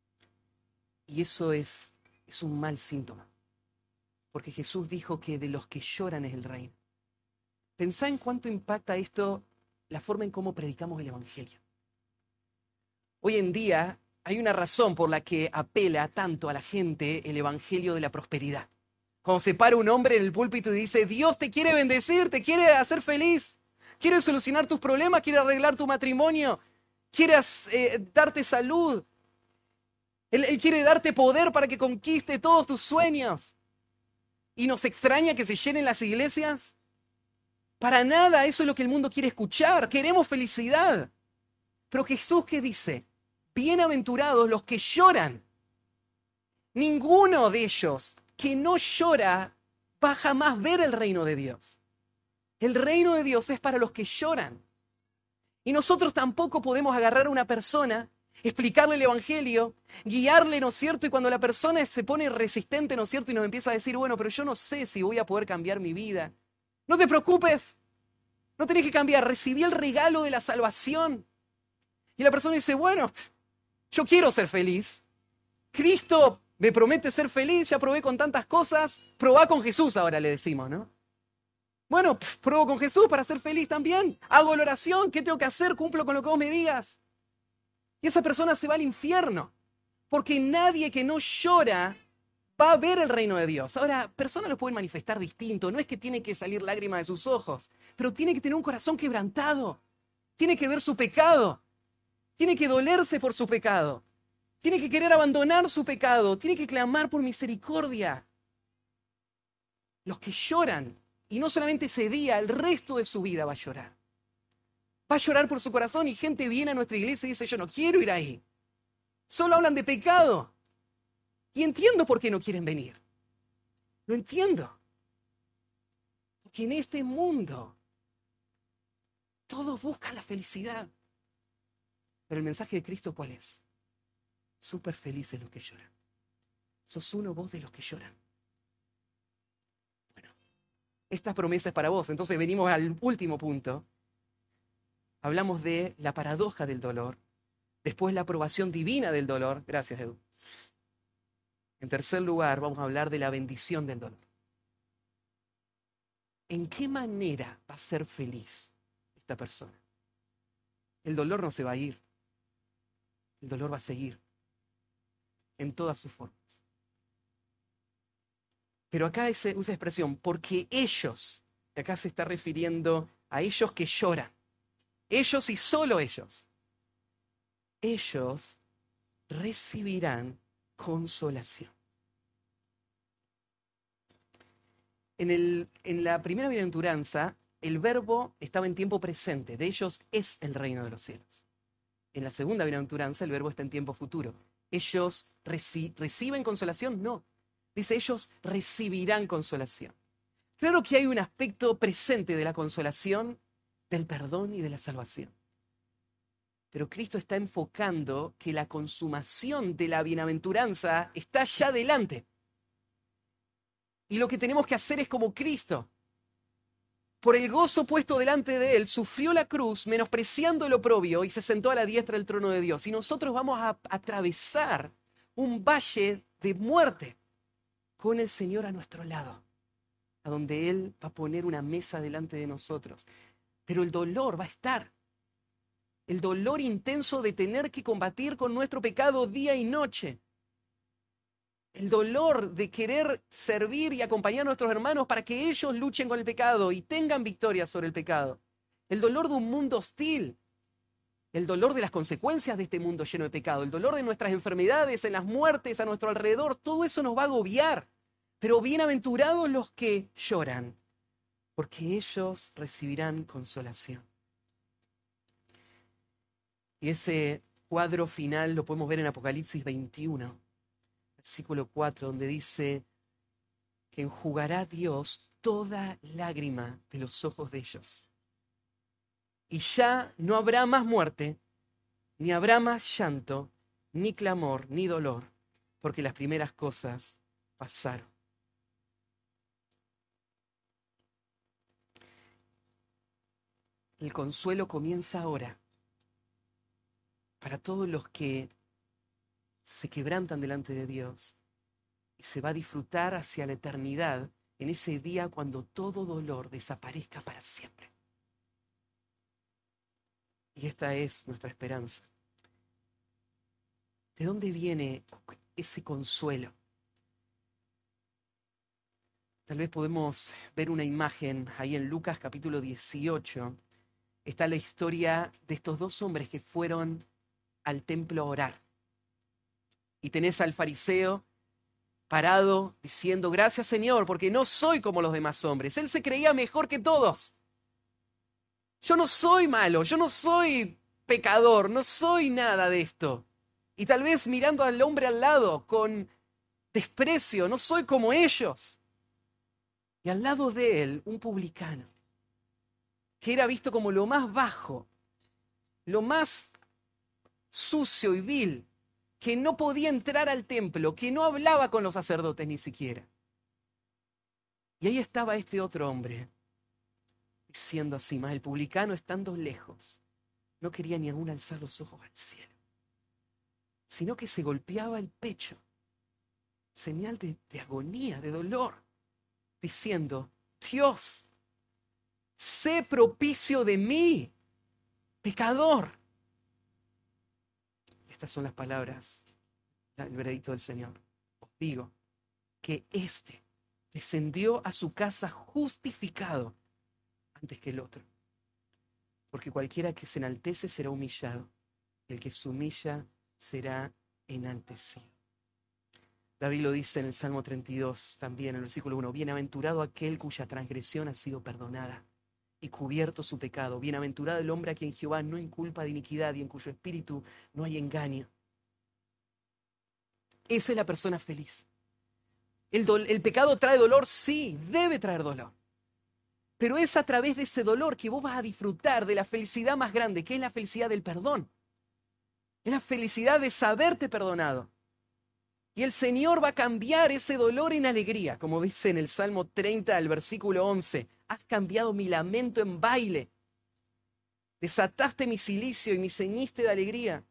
Y eso es, es un mal síntoma. Porque Jesús dijo que de los que lloran es el reino. Pensá en cuánto impacta esto la forma en cómo predicamos el evangelio. Hoy en día hay una razón por la que apela tanto a la gente el evangelio de la prosperidad. Cuando se para un hombre en el púlpito y dice, Dios te quiere bendecir, te quiere hacer feliz, quiere solucionar tus problemas, quiere arreglar tu matrimonio, quiere eh, darte salud. Él, él quiere darte poder para que conquiste todos tus sueños. ¿Y nos extraña que se llenen las iglesias? Para nada, eso es lo que el mundo quiere escuchar. Queremos felicidad. Pero Jesús, ¿qué dice? Bienaventurados los que lloran. Ninguno de ellos que no llora va a jamás ver el reino de Dios. El reino de Dios es para los que lloran. Y nosotros tampoco podemos agarrar a una persona, explicarle el evangelio, guiarle, ¿no es cierto? Y cuando la persona se pone resistente, ¿no es cierto? Y nos empieza a decir, bueno, pero yo no sé si voy a poder cambiar mi vida. No te preocupes, no tenés que cambiar, recibí el regalo de la salvación. Y la persona dice, bueno, yo quiero ser feliz. Cristo me promete ser feliz, ya probé con tantas cosas, probá con Jesús ahora le decimos, ¿no? Bueno, pruebo con Jesús para ser feliz también. Hago la oración, ¿qué tengo que hacer? Cumplo con lo que vos me digas. Y esa persona se va al infierno, porque nadie que no llora va a ver el reino de Dios. Ahora, personas lo pueden manifestar distinto, no es que tiene que salir lágrimas de sus ojos, pero tiene que tener un corazón quebrantado, tiene que ver su pecado, tiene que dolerse por su pecado, tiene que querer abandonar su pecado, tiene que clamar por misericordia. Los que lloran, y no solamente ese día, el resto de su vida va a llorar. Va a llorar por su corazón y gente viene a nuestra iglesia y dice, yo no quiero ir ahí. Solo hablan de pecado. Y entiendo por qué no quieren venir. Lo entiendo. Porque en este mundo todos buscan la felicidad. Pero el mensaje de Cristo, ¿cuál es? Súper felices los que lloran. Sos uno vos de los que lloran. Bueno, esta promesa es para vos. Entonces venimos al último punto. Hablamos de la paradoja del dolor. Después la aprobación divina del dolor. Gracias, Edu. En tercer lugar, vamos a hablar de la bendición del dolor. ¿En qué manera va a ser feliz esta persona? El dolor no se va a ir. El dolor va a seguir en todas sus formas. Pero acá usa esa expresión, porque ellos, y acá se está refiriendo a ellos que lloran. Ellos y solo ellos. Ellos recibirán consolación. En, el, en la primera bienaventuranza, el verbo estaba en tiempo presente. De ellos es el reino de los cielos. En la segunda bienaventuranza, el verbo está en tiempo futuro. ¿Ellos reci- reciben consolación? No. Dice, ellos recibirán consolación. Claro que hay un aspecto presente de la consolación, del perdón y de la salvación. Pero Cristo está enfocando que la consumación de la bienaventuranza está ya delante. Y lo que tenemos que hacer es como Cristo. Por el gozo puesto delante de él, sufrió la cruz, menospreciando el oprobio, y se sentó a la diestra del trono de Dios. Y nosotros vamos a atravesar un valle de muerte con el Señor a nuestro lado, a donde Él va a poner una mesa delante de nosotros. Pero el dolor va a estar. El dolor intenso de tener que combatir con nuestro pecado día y noche. El dolor de querer servir y acompañar a nuestros hermanos para que ellos luchen con el pecado y tengan victoria sobre el pecado. El dolor de un mundo hostil. El dolor de las consecuencias de este mundo lleno de pecado. El dolor de nuestras enfermedades, en las muertes a nuestro alrededor. Todo eso nos va a agobiar. Pero bienaventurados los que lloran, porque ellos recibirán consolación. Y ese cuadro final lo podemos ver en Apocalipsis veintiuno. Versículo cuatro, donde dice que enjugará Dios toda lágrima de los ojos de ellos. Y ya no habrá más muerte, ni habrá más llanto, ni clamor, ni dolor, porque las primeras cosas pasaron. El consuelo comienza ahora para todos los que se quebrantan delante de Dios, y se va a disfrutar hacia la eternidad en ese día cuando todo dolor desaparezca para siempre. Y esta es nuestra esperanza. ¿De dónde viene ese consuelo? Tal vez podemos ver una imagen ahí en Lucas capítulo dieciocho. Está la historia de estos dos hombres que fueron al templo a orar. Y tenés al fariseo parado diciendo, gracias Señor, porque no soy como los demás hombres. Él se creía mejor que todos. Yo no soy malo, yo no soy pecador, no soy nada de esto. Y tal vez mirando al hombre al lado con desprecio, no soy como ellos. Y al lado de él, un publicano, que era visto como lo más bajo, lo más sucio y vil, que no podía entrar al templo, que no hablaba con los sacerdotes ni siquiera. Y ahí estaba este otro hombre, diciendo así, más el publicano estando lejos, no quería ni aún alzar los ojos al cielo, sino que se golpeaba el pecho, señal de, de agonía, de dolor, diciendo, Dios, sé propicio de mí, pecador. Estas son las palabras, el veredicto del Señor. Os digo que éste descendió a su casa justificado antes que el otro. Porque cualquiera que se enaltece será humillado, y el que se humilla será enaltecido. David lo dice en el Salmo treinta y dos, también en el versículo uno, bienaventurado aquel cuya transgresión ha sido perdonada y cubierto su pecado. Bienaventurado el hombre a quien Jehová no inculpa de iniquidad y en cuyo espíritu no hay engaño. Esa es la persona feliz. El, do- el pecado trae dolor, sí, debe traer dolor. Pero es a través de ese dolor que vos vas a disfrutar de la felicidad más grande, que es la felicidad del perdón. Es la felicidad de saberte perdonado. Y el Señor va a cambiar ese dolor en alegría, como dice en el Salmo treinta, el versículo once. Has cambiado mi lamento en baile. Desataste mi cilicio y me ceñiste de alegría.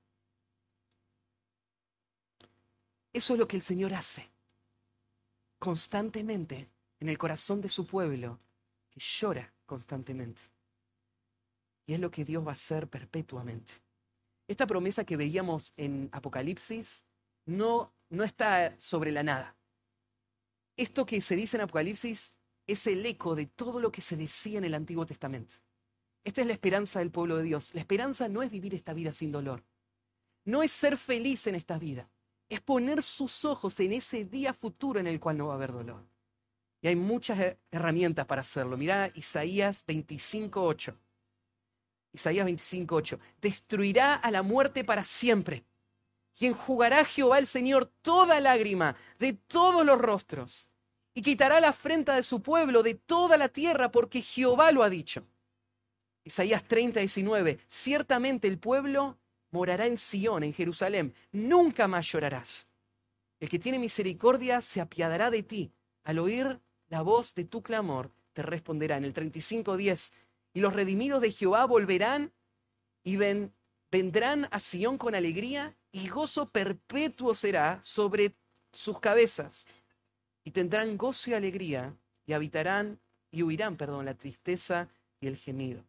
Eso es lo que el Señor hace constantemente en el corazón de su pueblo, que llora constantemente. Y es lo que Dios va a hacer perpetuamente. Esta promesa que veíamos en Apocalipsis no, no está sobre la nada. Esto que se dice en Apocalipsis es el eco de todo lo que se decía en el Antiguo Testamento. Esta es la esperanza del pueblo de Dios. La esperanza no es vivir esta vida sin dolor. No es ser feliz en esta vida. Es poner sus ojos en ese día futuro en el cual no va a haber dolor. Y hay muchas herramientas para hacerlo. Mirá Isaías veinticinco ocho. Isaías veinticinco ocho. Destruirá a la muerte para siempre. Y enjugará Jehová el Señor toda lágrima de todos los rostros. Y quitará la afrenta de su pueblo de toda la tierra, porque Jehová lo ha dicho. Isaías treinta diecinueve. Ciertamente el pueblo morará en Sión, en Jerusalén. Nunca más llorarás. El que tiene misericordia se apiadará de ti. Al oír la voz de tu clamor, te responderá. En el treinta y cinco diez. Y los redimidos de Jehová volverán y ven, vendrán a Sión con alegría, y gozo perpetuo será sobre sus cabezas. Y tendrán gozo y alegría, y habitarán, y huirán, perdón, la tristeza y el gemido.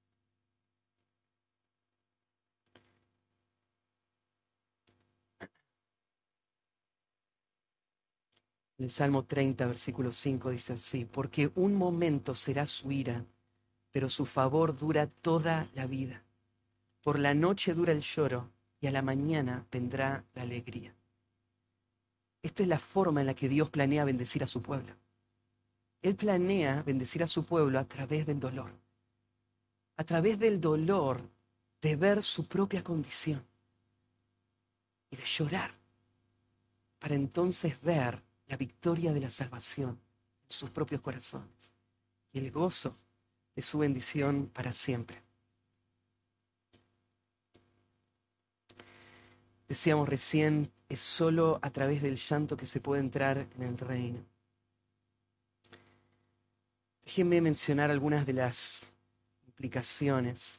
En el Salmo treinta, versículo cinco dice así: porque un momento será su ira, pero su favor dura toda la vida. Por la noche dura el lloro, y a la mañana vendrá la alegría. Esta es la forma en la que Dios planea bendecir a su pueblo. Él planea bendecir a su pueblo a través del dolor. A través del dolor de ver su propia condición y de llorar, para entonces ver la victoria de la salvación en sus propios corazones y el gozo de su bendición para siempre. Decíamos recién, es solo a través del llanto que se puede entrar en el reino. Déjenme mencionar algunas de las implicaciones.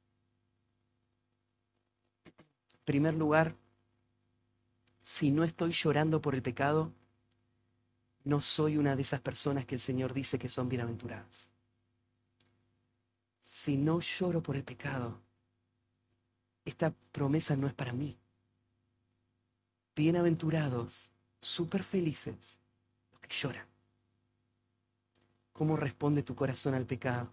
En primer lugar, si no estoy llorando por el pecado, no soy una de esas personas que el Señor dice que son bienaventuradas. Si no lloro por el pecado, esta promesa no es para mí. Bienaventurados, súper felices, los que lloran. ¿Cómo responde tu corazón al pecado?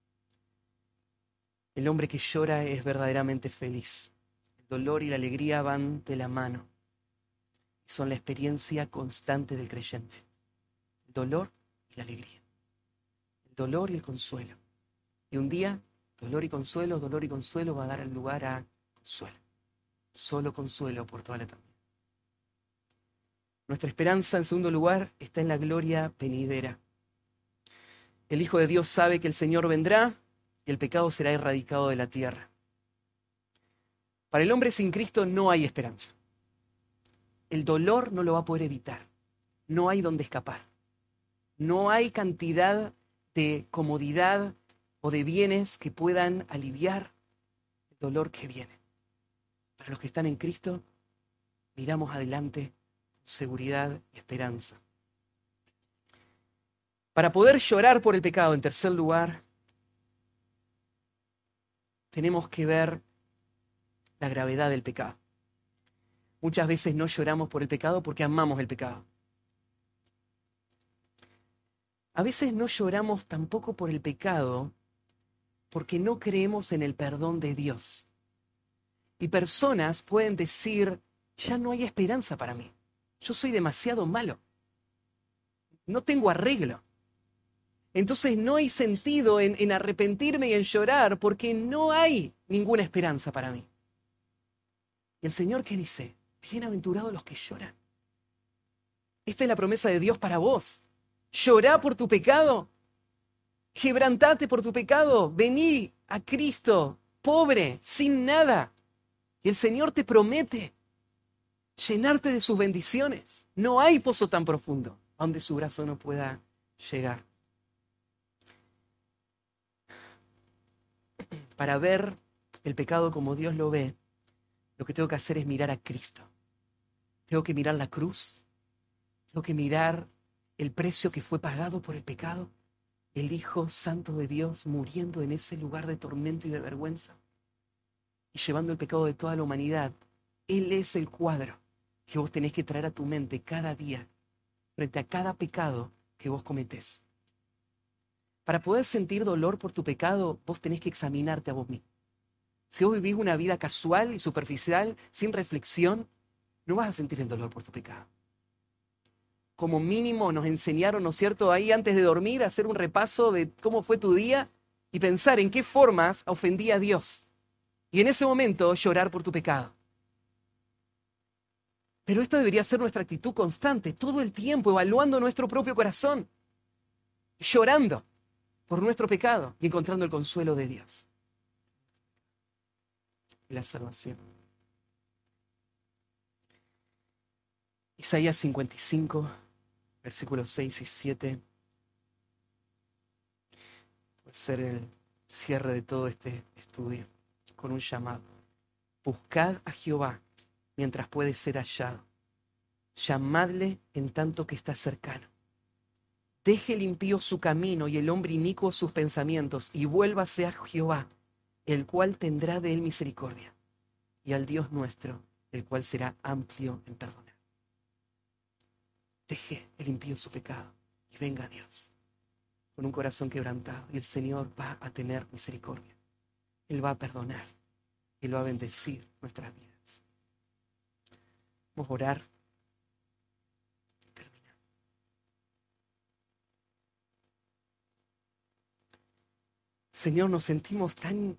El hombre que llora es verdaderamente feliz. El dolor y la alegría van de la mano. Son la experiencia constante del creyente. El dolor y la alegría. El dolor y el consuelo. Y un día, dolor y consuelo, dolor y consuelo va a dar lugar a consuelo. Solo consuelo por toda la eternidad. Nuestra esperanza, en segundo lugar, está en la gloria venidera. El Hijo de Dios sabe que el Señor vendrá y el pecado será erradicado de la tierra. Para el hombre sin Cristo no hay esperanza. El dolor no lo va a poder evitar. No hay donde escapar. No hay cantidad de comodidad o de bienes que puedan aliviar el dolor que viene. Para los que están en Cristo, miramos adelante con seguridad y esperanza. Para poder llorar por el pecado, en tercer lugar, tenemos que ver la gravedad del pecado. Muchas veces no lloramos por el pecado porque amamos el pecado. A veces no lloramos tampoco por el pecado porque no creemos en el perdón de Dios. Y personas pueden decir, ya no hay esperanza para mí. Yo soy demasiado malo. No tengo arreglo. Entonces no hay sentido en, en arrepentirme y en llorar porque no hay ninguna esperanza para mí. Y el Señor, ¿qué dice? Bienaventurados los que lloran. Esta es la promesa de Dios para vos. Llorá por tu pecado. Quebrantate por tu pecado. Vení a Cristo, pobre, sin nada. Y el Señor te promete llenarte de sus bendiciones. No hay pozo tan profundo a donde su brazo no pueda llegar. Para ver el pecado como Dios lo ve, lo que tengo que hacer es mirar a Cristo. Tengo que mirar la cruz. Tengo que mirar el precio que fue pagado por el pecado. El Hijo Santo de Dios muriendo en ese lugar de tormento y de vergüenza. Y llevando el pecado de toda la humanidad. Él es el cuadro que vos tenés que traer a tu mente cada día frente a cada pecado que vos cometés. Para poder sentir dolor por tu pecado, vos tenés que examinarte a vos mismo. Si vos vivís una vida casual y superficial, sin reflexión, no vas a sentir el dolor por tu pecado. como mínimo nos enseñaron, ¿no es cierto?, ahí antes de dormir, hacer un repaso de cómo fue tu día y pensar en qué formas ofendía a Dios. Y en ese momento llorar por tu pecado. Pero esta debería ser nuestra actitud constante, todo el tiempo, evaluando nuestro propio corazón, llorando por nuestro pecado y encontrando el consuelo de Dios. Y la salvación. Isaías cincuenta y cinco, versículos seis y siete. Puede ser el cierre de todo este estudio con un llamado. Buscad a Jehová mientras puede ser hallado. Llamadle en tanto que está cercano. Deje el impío su camino y el hombre inicuo sus pensamientos, y vuélvase a Jehová, el cual tendrá de él misericordia, y al Dios nuestro, el cual será amplio en perdonar. Deje el impío su pecado y venga a Dios con un corazón quebrantado, y el Señor va a tener misericordia. Él va a perdonar, Él va a bendecir nuestras vidas. Vamos a orar. Termina. Señor, nos sentimos tan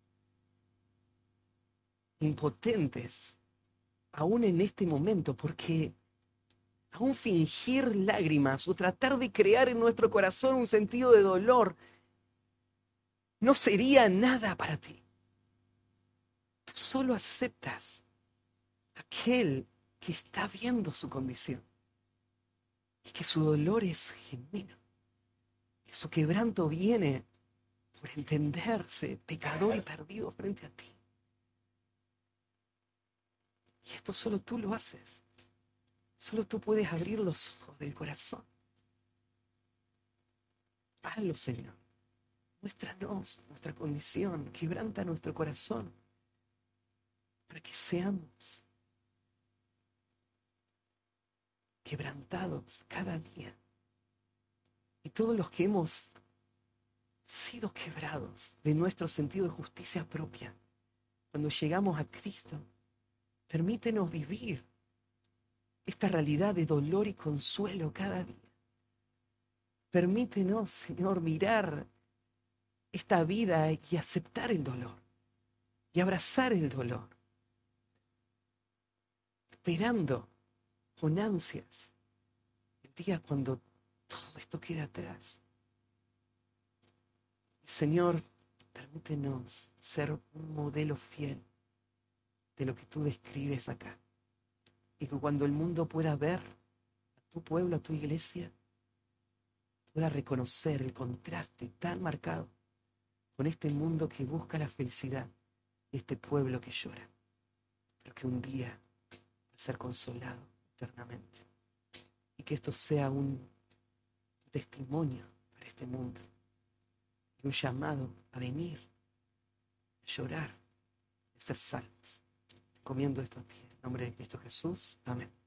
impotentes aún en este momento, porque aún fingir lágrimas o tratar de crear en nuestro corazón un sentido de dolor no sería nada para ti. Tú solo aceptas a aquel que está viendo su condición y que su dolor es genuino, que su quebranto viene por entenderse pecador y perdido frente a ti. Y esto solo tú lo haces. Solo tú puedes abrir los ojos del corazón. Hazlo, Señor. Muéstranos nuestra condición. Quebranta nuestro corazón para que seamos quebrantados cada día. Y todos los que hemos sido quebrados de nuestro sentido de justicia propia, cuando llegamos a Cristo, permítenos vivir esta realidad de dolor y consuelo cada día. Permítenos, Señor, mirar esta vida y aceptar el dolor y abrazar el dolor, esperando con ansias el día cuando todo esto quede atrás. Y, Señor, permítenos ser un modelo fiel de lo que tú describes acá. Y que cuando el mundo pueda ver a tu pueblo, a tu iglesia, pueda reconocer el contraste tan marcado con este mundo que busca la felicidad y este pueblo que llora, pero que un día va a ser consolado eternamente. Y que esto sea un testimonio para este mundo, un llamado a venir, a llorar, a ser salvos. Comiendo esto a ti. En nombre de Cristo Jesús. Amén.